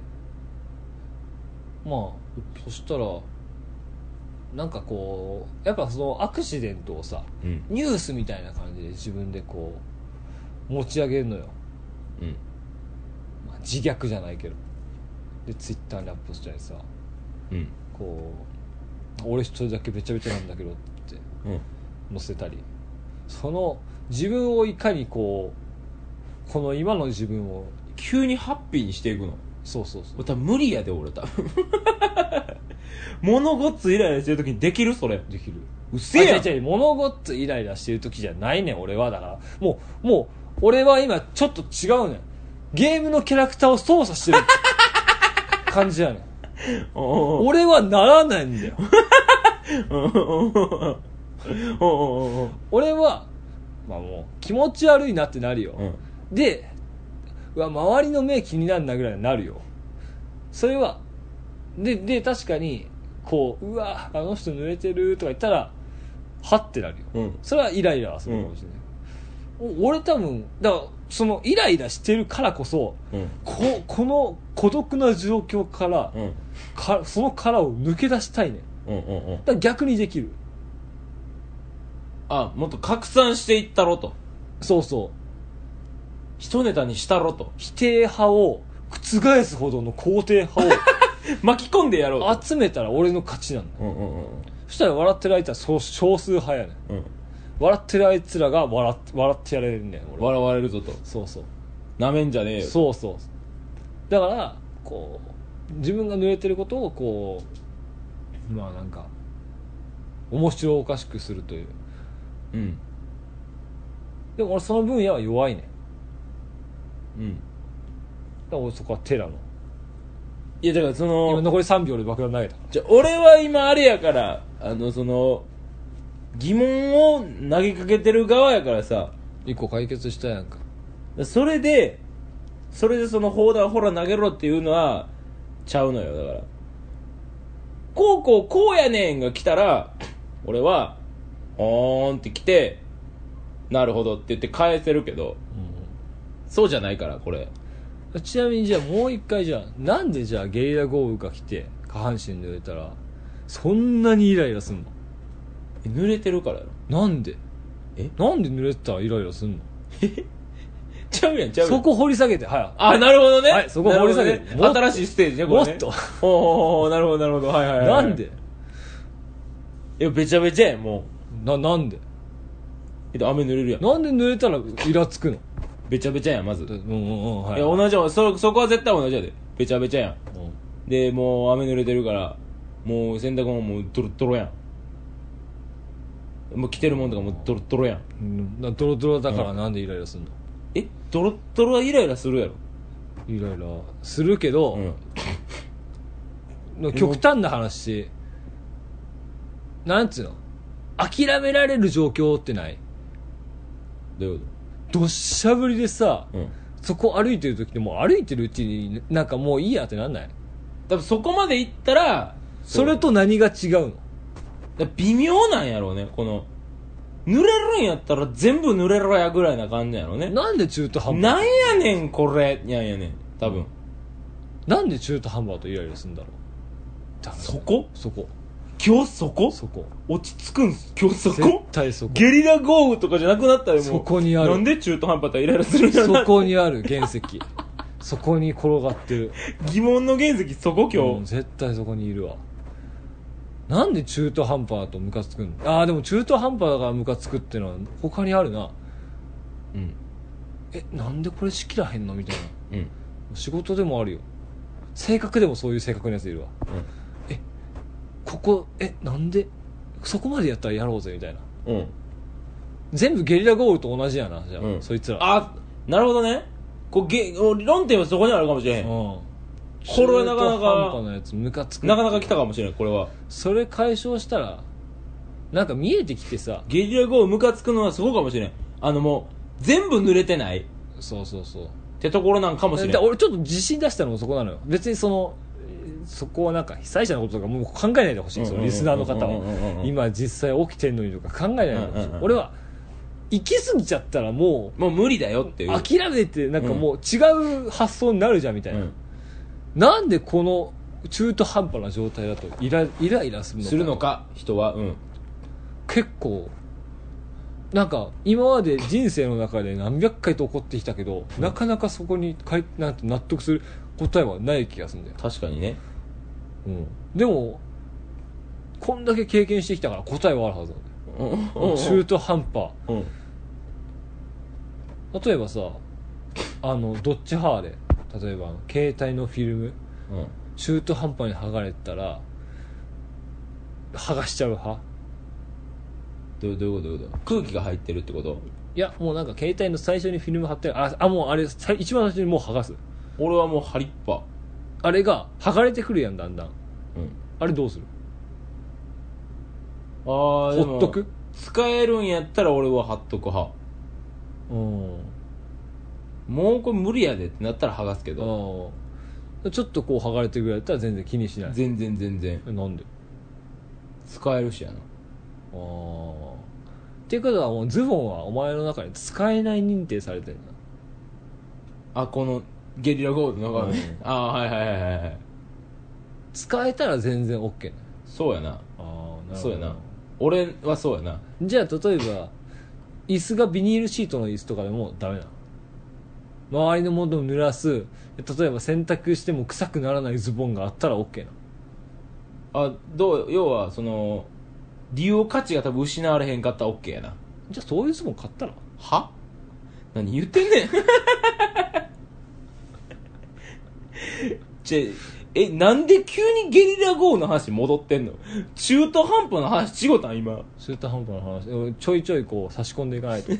まあそしたらなんかこうやっぱそのアクシデントをさ、ニュースみたいな感じで自分でこう持ち上げるのよ、まあ、自虐じゃないけど、でツイッターにアップしたりさ、こう俺一人だけべちゃべちゃなんだけどって載せたり、その自分をいかにこの今の自分を急にハッピーにしていくの。 そう多分無理やで俺多分物ごっつイライラしてる時にできる？それできる。 うっせやん。 違う物ごっつイライラしてる時じゃないねん俺は。だからもう俺は今ちょっと違うねん。ゲームのキャラクターを操作してる感じやねん俺はならないんだよ俺はまあもう気持ち悪いなってなるよ、で周りの目気になるなぐらいになるよ。それはで確かにこうあの人濡れてるとか言ったらはってなるよ、それはイライラはするかもしれない、俺多分だからそのイライラしてるからこそ、この孤独な状況から、その殻を抜け出したいね、だから逆にできる。 もっと拡散していったろと。 そう一ネタにしたろと。 否定派を覆すほどの肯定派を巻き込んでやろうと集めたら俺の勝ちなんだ、そしたら笑ってる相手は少数派やね、笑ってるあいつらが笑ってやれるんだよ俺。 笑われるぞと。 そうなめんじゃねえよ。 そうだからこう自分が濡れてることをこうまあなんか面白おかしくするという、でも俺その分野は弱いね、だから俺そこはテラの。 いやだからその今残り3秒で爆弾投げた。 じゃ俺は今あれやからその疑問を投げかけてる側やからさ、 一個解決したやんか。 それでその砲弾ほら投げろっていうのはちゃうのよ。だからこうやねんが来たら俺はって来てなるほどって言って返せるけど、そうじゃないからこれ。 ちなみにじゃあもう一回じゃあなんでじゃあゲリラ豪雨が来て下半身濡れたらそんなにイライラすんの？ 濡れてるからやろ。 なんで濡れてたらイライラすんの？ ちゃうやんそこ掘り下げて。 なるほどね、 そこ掘り下げて、 新しいステージねこれね。 もっとなるほどはい、 なんで？ いやべちゃべちゃやんもう。なんで？ 雨濡れるやん。 なんで濡れたらイラつくの？ べちゃべちゃやんまず。 いや同じやん。そこは絶対同じやで。べちゃべちゃやん、でもう雨濡れてるからもう洗濯物もうドロドロやん。もう着てるもんとかもうドロドロやん、 ドロドロだからなんでイライラすんの？ ドロドロはイライラするやろ。 イライラするけど、極端な話、なんつうの、諦められる状況ってない？ どういうこどっしゃぶりでさ、 と？ そこ歩いてる時でもう歩いてるうちになんかもういいやってなんない？ 多分そこまで行ったらそれと何が違うの？ 微妙なんやろうね。この濡れるんやったら全部濡れろやぐらいな感じやろうね。 なんで中途半端なんやねんこれやんやねん多分。 なんで中途半端とイライラするんだろう？ そこ今日そこ落ち着くんす今日そこ。 絶対そこ。 ゲリラ豪雨とかじゃなくなったらもうそこにある。 なんで中途半端とイライラするんやろな。 そこにある原石そこに転がってる疑問の原石そこ今日、 絶対そこにいるわ。 なんで中途半端だとムカつくんの。ああでも中途半端だからムカつくっていうのは他にあるな。うん。なんでこれしきらへんのみたいな。うん。仕事でもあるよ。性格でもそういう性格のやついるわ。うん。ここなんでそこまでやったらやろうぜみたいな。うん。全部ゲリラ豪雨と同じやなじゃあ、うん、そいつら。 あ、なるほどね。論点はそこにあるかもしれへん。うん。これはなかなか半端なやつムカつく。 なかなか来たかもしれない。これはそれ解消したらなんか見えてきてさ、 ゲリラ豪雨ムカつくのはそうかもしれん。もう全部濡れてない。 そうってところなんかもしれない。 俺ちょっと自信出したのもそこなのよ。別にそこはなんか被災者のこととかもう考えないでほしい。リスナーの方は今実際起きてんのにとか考えないでほしい。俺は行き過ぎちゃったらもう無理だよっていう、 諦めてなんかもう違う発想になるじゃんみたいな、うん、なんでこの中途半端な状態だとイライラするのか人は、うん、 結構なんか今まで人生の中で何百回と起こってきたけど、なかなかそこになんて納得する答えはない気がするんだよ。 確かにね、 うん、でもこんだけ経験してきたから答えはあるはずなんだよ、中途半端、うん、例えばさどっち派で例えば携帯のフィルム、うん、中途半端に剥がれたら剥がしちゃう派？ どういうこと空気が入ってるってこと？ いやもうなんか携帯の最初にフィルム貼ってるもうあれ一番最初にもう剥がす。 俺はもう貼りっぱ。 あれが剥がれてくるやんだんだん、うん、あれどうする？ほっとく？ 使えるんやったら俺は貼っとく派。もうこれ無理やでってなったら剥がすけど、 ちょっとこう剥がれてるぐらいだったら全然気にしない。 全然なんで？ 使えるしやな。 っていうことはもうズボンはお前の中に使えない認定されてるんだ。このゲリラ豪雨の中で、はい。 使えたら全然 OK な。 そうやな。そうやな。俺はそうやな。 じゃあ例えば椅子がビニールシートの椅子とかでもダメなの？周りのものを濡らす、例えば洗濯しても臭くならないズボンがあったら OK な。 要はその利用価値が多分失われへんかったら OK やな。 じゃあそういうズボン買ったら？ は？何言ってんねんなんで急にゲリラ豪雨の話戻ってんの？中途半端な話違ったん今。 中途半端な話ちょいちょいこう差し込んでいかないと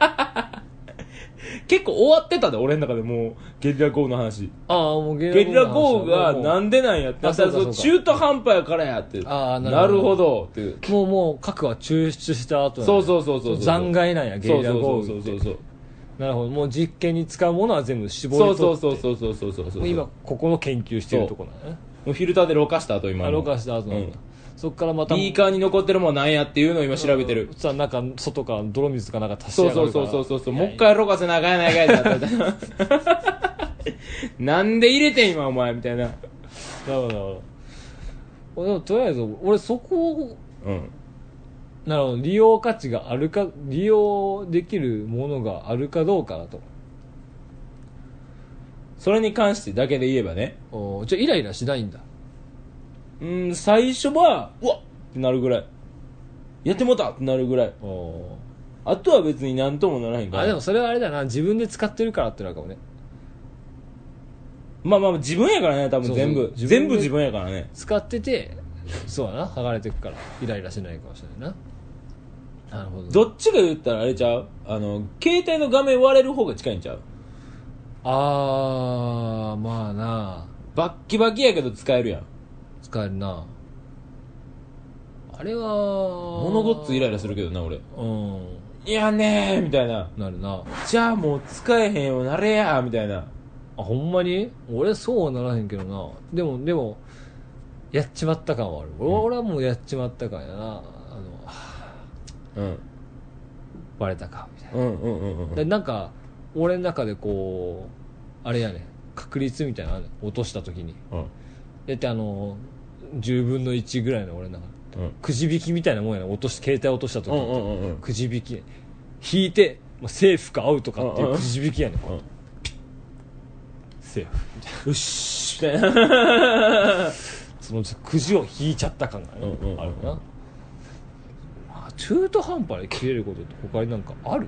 結構終わってたで俺の中でもうゲリラ豪雨の話。 もうゲリラ豪雨がなんでなんやって。中途半端やからやって。なるほどっていう。 もう核は抽出した後そう残骸なんやゲリラ豪雨って。そうなるほど。もう実験に使うものは全部絞り取ってそう今ここの研究してるところなんね。 もうフィルターでろ過した後今ろ過した後なんだ、そっからまたビーカーに残ってるものは何やっていうのを今調べてる。 さあなんか外から泥水かなんか足してやがるからそうもう一回ろ過せなあかんやないかいってなってなんで入れてん今お前みたいな。 なるほどでもとりあえず俺そこをなるほど、利用価値があるか、利用できるものがあるかどうかだと。 それに関してだけで言えばね。 じゃあイライラしないんだ。 最初はうわっってなるぐらい、やってもうたってなるぐらい。あとは別になんともならへんから。 でもそれはあれだな、自分で使ってるからってなるかもね。 まあ自分やからね、多分全部自分やからね。 使っててそうだな、剥がれてくからイライラしないかもしれないな。なるほど。 どっちが言ったらあれちゃう？携帯の画面割れる方が近いんちゃう？ まあな、 バッキバキやけど使えるやん。 使えるな。あれは物ごっつイライラするけどな俺。いやねーみたいな。 なるな。 じゃあもう使えへんよなれやみたいな。 ほんまに？俺そうはならへんけどな。でもやっちまった感はある。俺はもうやっちまった感やな。バレたかみたいな。でなんか俺の中でこうあれやね、確率みたいなの落とした時に、だって10分の1ぐらいの俺の中で、くじ引きみたいなもんやね。携帯落とした時に、くじ引き引いてセーフかアウトかっていうくじ引きやね、セーフみたいな。 よしみたいなそのくじを引いちゃった感がね、あるな。中途半端で切れることって他になんかある？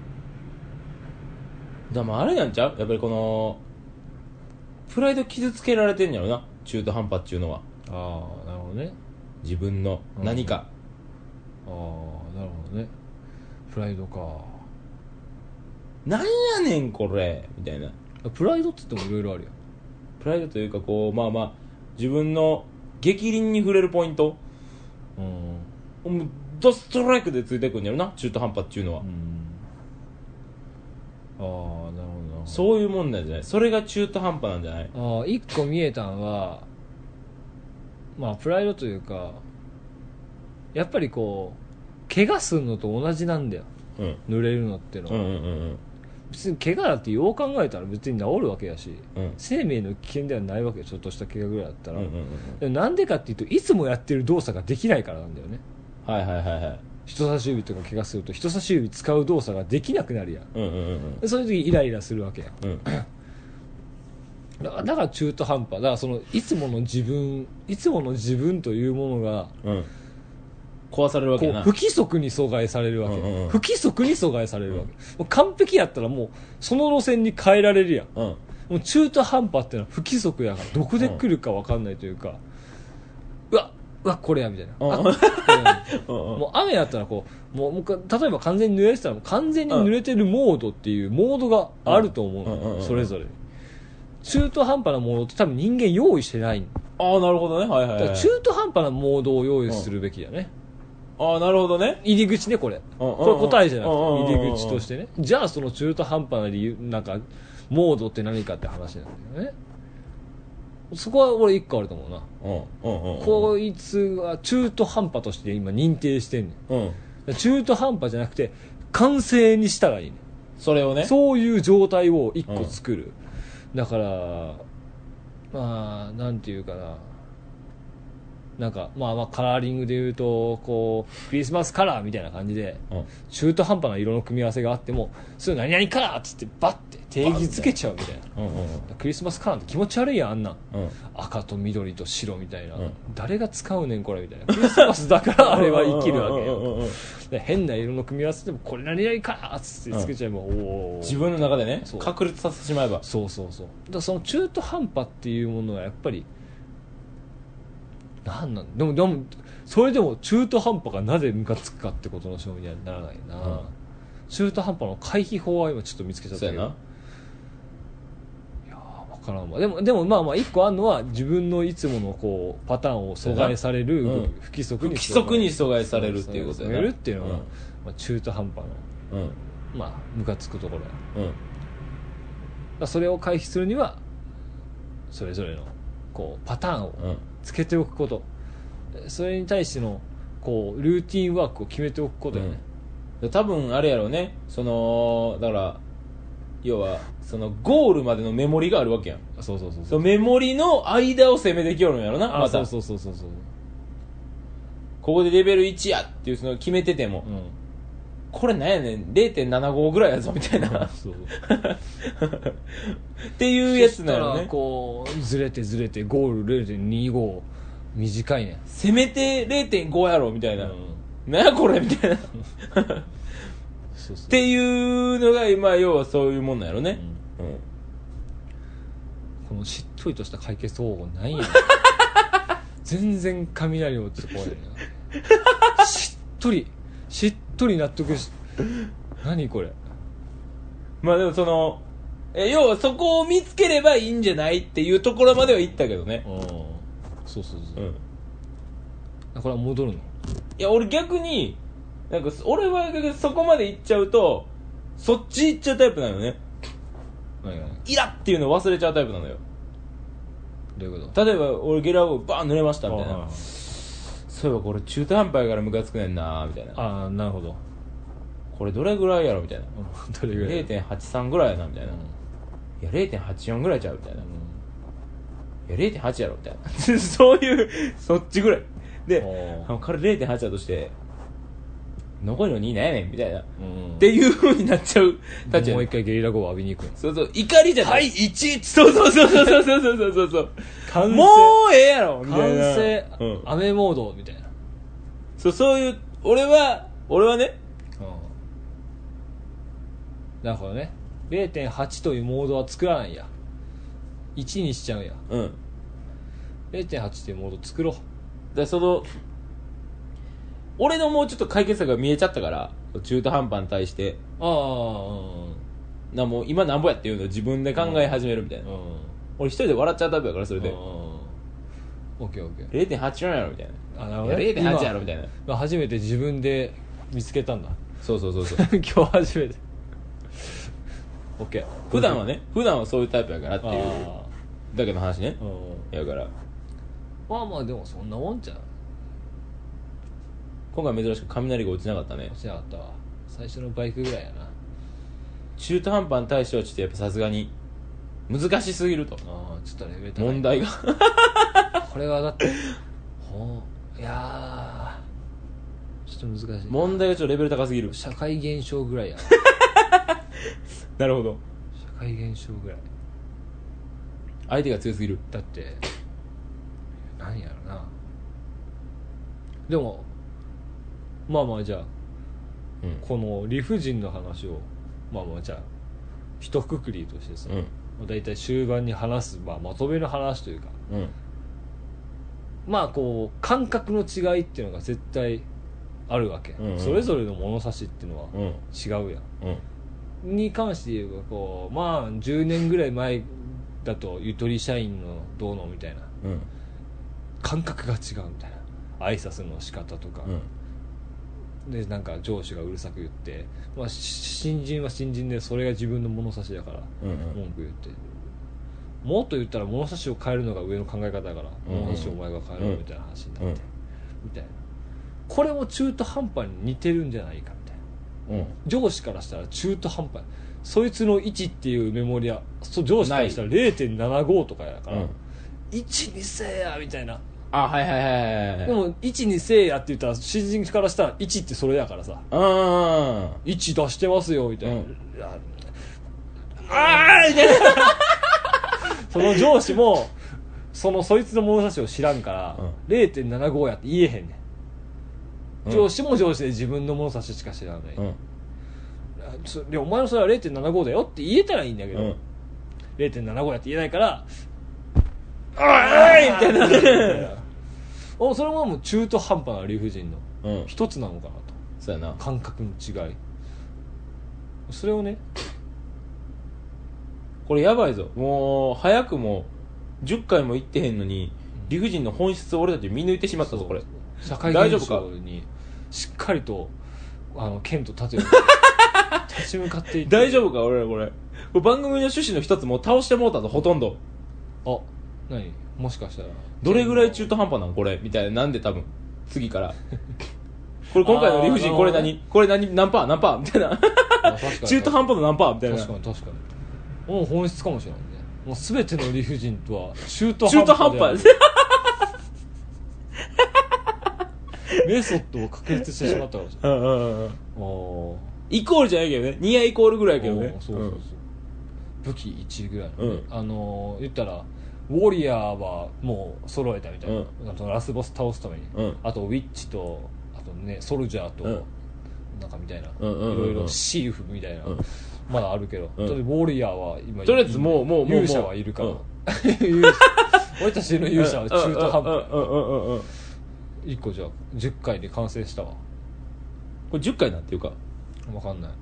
だからあれなんちゃう、やっぱりこのプライド傷つけられてんやろな、中途半端っていうのは。 ああ、なるほどね。 自分の何か、 ああ、なるほどね。プライドか。 なんやねんこれみたいな。 プライドって言ってもいろいろあるよ。 プライドというかこう、まあまあ自分の逆鱗に触れるポイント、もうドストライクでついてくんやろな、中途半端っていうのは。 ああ、なるほど。 そういうもんなんじゃない？それが中途半端なんじゃない？ ああ、一個見えたんは、まあプライドというか、やっぱりこう怪我するのと同じなんだよ、濡れるのっていうのは。別に怪我だってよう考えたら別に治るわけやし、生命の危険ではないわけよ、ちょっとした怪我ぐらいだったら。でもなんでかっていうと、いつもやってる動作ができないからなんだよね。 はいはいはいはい。 人差し指とか怪我すると人差し指使う動作ができなくなるやん、そういう時イライラするわけやん、だから中途半端だから、そのいつもの自分というものが、 壊されるわけやな。 不規則に阻害されるわけ、不規則に阻害されるわけ、もう完璧やったらもうその路線に変えられるやん、もう中途半端ってのは不規則やから、どこで来るか分かんないというか、うわこれやみたいな、もう雨やったらこう、もう例えば完全に濡れてたら完全に濡れてるモードっていうモードがあると思う、それぞれ。中途半端なモードって多分人間用意してない。 ああ、なるほどね。はいはいはい。 中途半端なモードを用意するべきだね。 ああ、なるほどね。 入り口ね、これ答えじゃなくて入り口としてね。じゃあその中途半端な理由、なんかモードって何かって話なんだよね。そこは俺一個あると思うな。こいつは中途半端として今認定してんねん、中途半端じゃなくて完成にしたらいいねん。 それをね、 そういう状態を一個作る、だからまあなんていうかな、なんかまあカラーリングでいうとこうクリスマスカラーみたいな感じで、中途半端な色の組み合わせがあってもそれ何々カラーっつってバッて定義づけちゃうみたいな、クリスマスカラーって気持ち悪いやん、あんなん、赤と緑と白みたいな、誰が使うねんこれみたいな、クリスマスだからあれは生きるわけよで変な色の組み合わせでもこれ何々カラーっつってつけちゃえば、 自分の中でね確立させてしまえば、 そうだからその中途半端っていうものはやっぱりでもそれでも中途半端がなぜムカつくかってことの証明にはならないな、中途半端の回避法は今ちょっと見つけちゃったけど、いや分からんわ。でもまあ一個あるのは、自分のいつものこうパターンを阻害される、不規則に阻害されるっていうことだよね。 っていうのは、まあ、中途半端の、まあムカつくところや、それを回避するにはそれぞれのこうパターンをつけておくこと、それに対してのこうルーティンワークを決めておくことやね、 多分あれやろうね、そのだから要はそのゴールまでのメモリがあるわけやん。そうメモリの間を攻めてきよるんやろな。またそうここでレベル1やっていうその決めてても、これなんやねん 0.75 ぐらいやぞみたいなっていうやつなのね。そしたらこうずれてゴール 0.25 短いね、 せめて 0.5 やろみたいな、なんやこれみたいなっていうのが今要はそういうもんなんやろね、 このしっとりとした解決方法ないんや全然雷落ちて怖いなしっとり納得し何これ。 まあでもその要はそこを見つければいいんじゃないっていうところまでは行ったけどね。 そうこれは戻るの。 いや俺逆になんか俺はそこまで行っちゃうとそっち行っちゃうタイプなのね。イラっていうのを忘れちゃうタイプなのよ。 どういうこと？ 例えば俺ゲラをバーン濡れましたみたいな、そういえばこれ中途半端やからムカつくねんなみたいな。 なるほど。 これどれぐらいやろみたいな。 どれぐらい 0.83 ぐらいやなみたいな、いや 0.84 ぐらいちゃうみたいな、いや 0.8 やろみたいなそういうそっちぐらいで、彼 0.8 だとして残りの2なんやねんみたいな、っていう風になっちゃう立場もう一回ゲリラ豪雨浴びに行くの。 そうそう、怒りじゃない。 はい、1！ そうそうそうそうそうそうそうもうええやろみたいな。 完成、雨モードみたいな。 そういう、俺はね、 だからね、0.8 というモードは作らないんや。1にしちゃうんや。0.8 というモード作ろう。 で俺のもうちょっと解決策が見えちゃったから、中途半端に対して。もう今なんぼやっていうのを自分で考え始めるみたいな。俺一人で笑っちゃうタイプやから、それで。 オッケーオッケー。0.8 やろみたいな。 なるほどね。 0.8 やろみたいな。 初めて自分で見つけたんだ。 そう今日初めて。オッケー。 普段はそういうタイプやからっていうだけの話ね。やから。 まあでもそんなもんじゃん。 今回珍しく雷が落ちなかったね。 落ちなかったわ。最初のバイクぐらいやな。 中途半端に対してはちょっとやっぱさすがに難しすぎると。 ちょっとレベル高い問題がこれはだっていやちょっと難しい。 問題がちょっとレベル高すぎる。 社会現象ぐらいやなるほど。 社会現象ぐらい。 相手が強すぎる。 だって何やろな。でもまあじゃあ、この理不尽の話をじゃあ一括りとしてさ、だいたい終盤に話す、まとめの話というか、こう感覚の違いっていうのが絶対あるわけ、それぞれの物差しっていうのは違うやん、に関して言えばこう10年ぐらい前だとゆとり社員のどうのみたいな、感覚が違うみたいな、挨拶の仕方とか、でなんか上司がうるさく言って、新人は新人でそれが自分の物差しだから文句言って、もっと言ったら物差しを変えるのが上の考え方だから、物差しをお前が変えろみたいな話になって、みたいな。これも中途半端に似てるんじゃないかみたいな、上司からしたら中途半端、そいつの1っていうメモリは上司からしたら 0.75 とかやから、1にせえやみたいな。 はいでも1にせえやって言ったら新人からしたら1ってそれやからさ、1出してますよみたいな、みたいなその上司もそいつの物差しを知らんから、0.75 やって言えへんねん、上司も上司で自分の物差ししか知らない、でお前のそれは 0.75 だよって言えたらいいんだけど、0.75 やって言えないからおいみたいなそれももう中途半端な理不尽の一つなのかなと、 そうやな、 感覚の違い。それをね、 これやばいぞ、もう早くも10回も言ってへんのに理不尽の本質を俺たち見抜いてしまったぞ。これ社会現象にしっかりと剣と盾を立ち向かっていって大丈夫か俺らこれ番組の趣旨の一つも倒してもうたぞ、ほとんど。 何もしかしたらどれぐらい中途半端なんこれみたいな。なんで多分次からこれ今回の理不尽これ何何パーみたいな中途半端の何パーみたいな。 確かにもう本質かもしれないね。もう全ての理不尽とは中途半端ですメソッドを確立してしまったかもしれないイコールじゃないけどね、ニアイコールぐらいやけどね。 そう武器1ぐらいの、言ったらウォリアーはもう揃えたみたいな、ラスボス倒すために、あとウィッチとあとねソルジャーと、なんかみたいな、いろいろシーフみたいな、まだあるけど、ウォリアーは今とりあえずもう勇者はいるから俺たちの勇者は中途半端1個じゃあ10回で完成したわ。 これ10回なんていうか分かんない。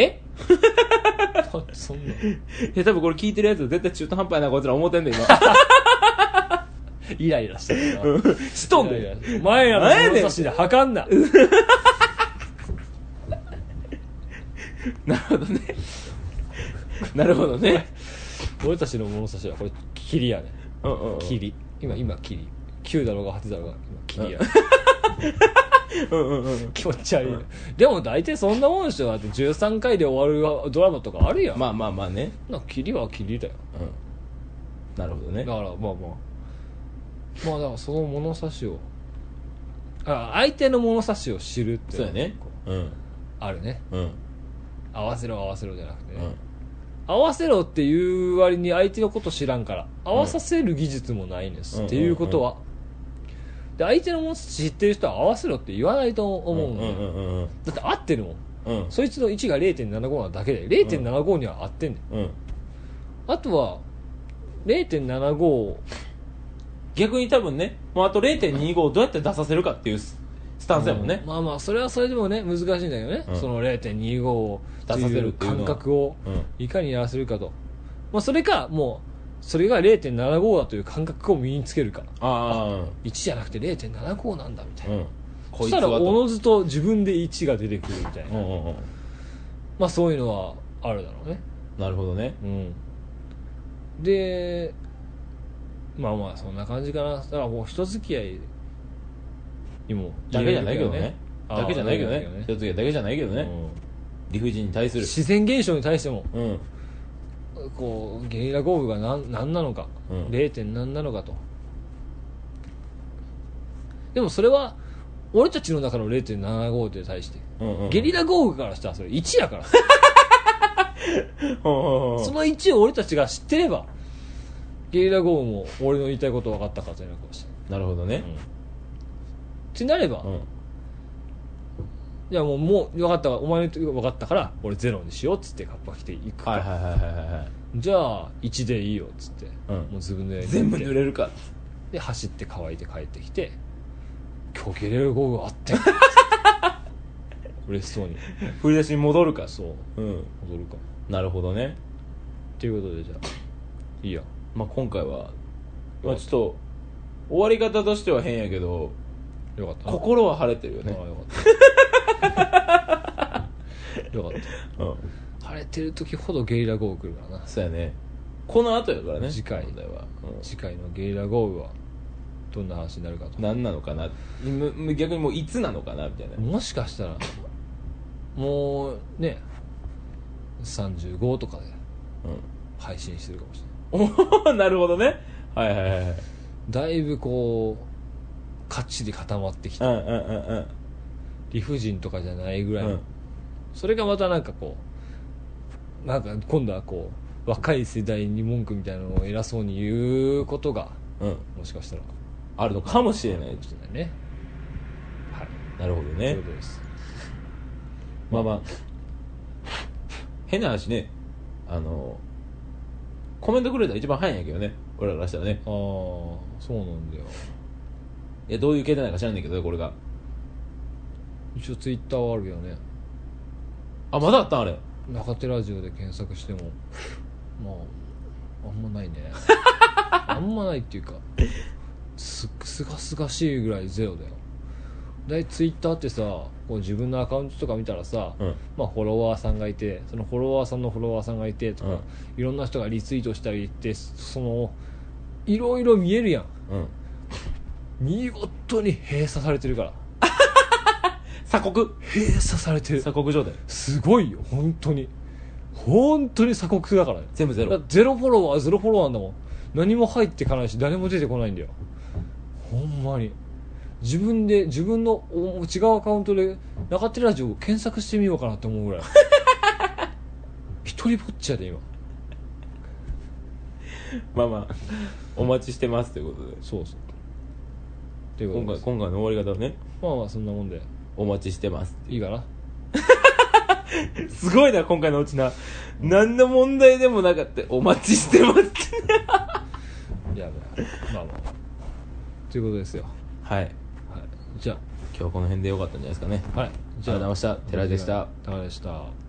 そんな多分これ聞いてるやつ絶対中途半端やなこいつら思ってんねん今イライラしてるなしとんねん、 お前らの物差しで測んななるほどねなるほどね俺たちの物差しはこれ霧やね、霧今霧9だろうが8だろうが今霧やね気持ち悪い、でも大体そんなもんでしょ。だって13回で終わるドラマとかあるやん。 まあね、 キリはキリだよ、 なるほどね。 だからだからその物差しを相手の物差しを知るってそうやね。 あるね、 うん、 合わせろ合わせろじゃなくてね、 うん、 合わせろっていう割に相手のこと知らんから合わさせる技術もないんです、っていうことは、で相手のもの知ってる人は合わせろって言わないと思うんだよ、だって合ってるもん、そいつの1が 0.75 なだけで 0.75 には合ってんねん、あとは 0.75 逆に多分ね、もうあと 0.25 をどうやって出させるかっていうスタンスやもんね、 まあまあそれはそれでもね難しいんだけどね、その 0.25 を出させるっていうのは感覚をいかにやらせるかと、まあ、それかもうそれが 0.75 だという感覚を身につけるか、1じゃなくて 0.75 なんだみたいな、そしたらおのずと自分で1が出てくるみたいな、まあそういうのはあるだろうね。 なるほどね、 でまあまあそんな感じかな。だからもう人付き合いにもだけじゃないけどね、だけじゃないけどね、人付き合いだけじゃないけどね、理不尽に対する自然現象に対しても、こうゲリラ豪雨が何なのか、0. 何なのかと。でもそれは俺たちの中の 0.75 に対して、ゲリラ豪雨からしたらそれ1やからその1を俺たちが知ってればゲリラ豪雨も俺の言いたいこと分かったかというのかもしれない。 なるほどね、 ってなれば、いやもう分かったお前の言う分かったから俺0にしようっつってカッパ着ていくか、じゃあ1でいいよっつって、もう自分で全部濡れるかで走って乾いて帰ってきて、今日ゲリラ豪雨あって嬉しそうに振り出しに戻るか、 そう、戻るか。 なるほどね。 ということでじゃあいいや、 まあ今回は、まあ、ちょっと終わり方としては変やけどよかった、 心は晴れてるよね。 よかったよかった、晴れてる時ほどゲリラ豪雨来るからな。 そうやね、この後やからね、 次回問題は、 次回のゲリラ豪雨はどんな話になるかと。 何なのかな、逆にもういつなのかなみたいな。 もしかしたらもうね35とかで配信してるかもしれない、なるほどね、はいはいはい、 だいぶこうかっちり固まってきて、理不尽とかじゃないぐらい、それがまたなんかこうなんか今度はこう若い世代に文句みたいなのを偉そうに言うことが、もしかしたらあるのかもしれないね。はい、 なるほどね。 そういうことです。 まあまあ変な話ね、コメントくれたら一番早いんやけどね、俺らからしたらね。 ああ、そうなんだよ。 いやどういう形態なのか知らんねんけど、これが一応ツイッターはあるけどね。 あ、まだあったんあれ。 中手ラジオで検索してもまああんまないねあんまないっていうかすがすがしいぐらいゼロだよ。だいツイッターってさ、こう自分のアカウントとか見たらさ、まあ、フォロワーさんがいて、そのフォロワーさんのフォロワーさんがいてとか、いろんな人がリツイートしたりって、そのいろいろ見えるやん、見事に閉鎖されてるから鎖国閉鎖されてる、 鎖国状態、 すごいよ本当に鎖国だからね。 全部ゼロ、 ゼロフォロワーなんだもん。何も入ってかないし誰も出てこないんだよ、ほんまに。自分の違うアカウントで中手ラジオを検索してみようかなって思うぐらい一人ぼっちやで今。 まあまあお待ちしてますということで、 そうということで今回の終わり方はね、 まあまあそんなもんでお待ちしてますいいかなすごいな今回のうちな、何の問題でもなかったお待ちしてますっていやまあまあということですよ。 はい、 じゃあ今日はこの辺でよかったんじゃないですかね。 はい、 じゃあありがとうございました。寺井でした。 高でした。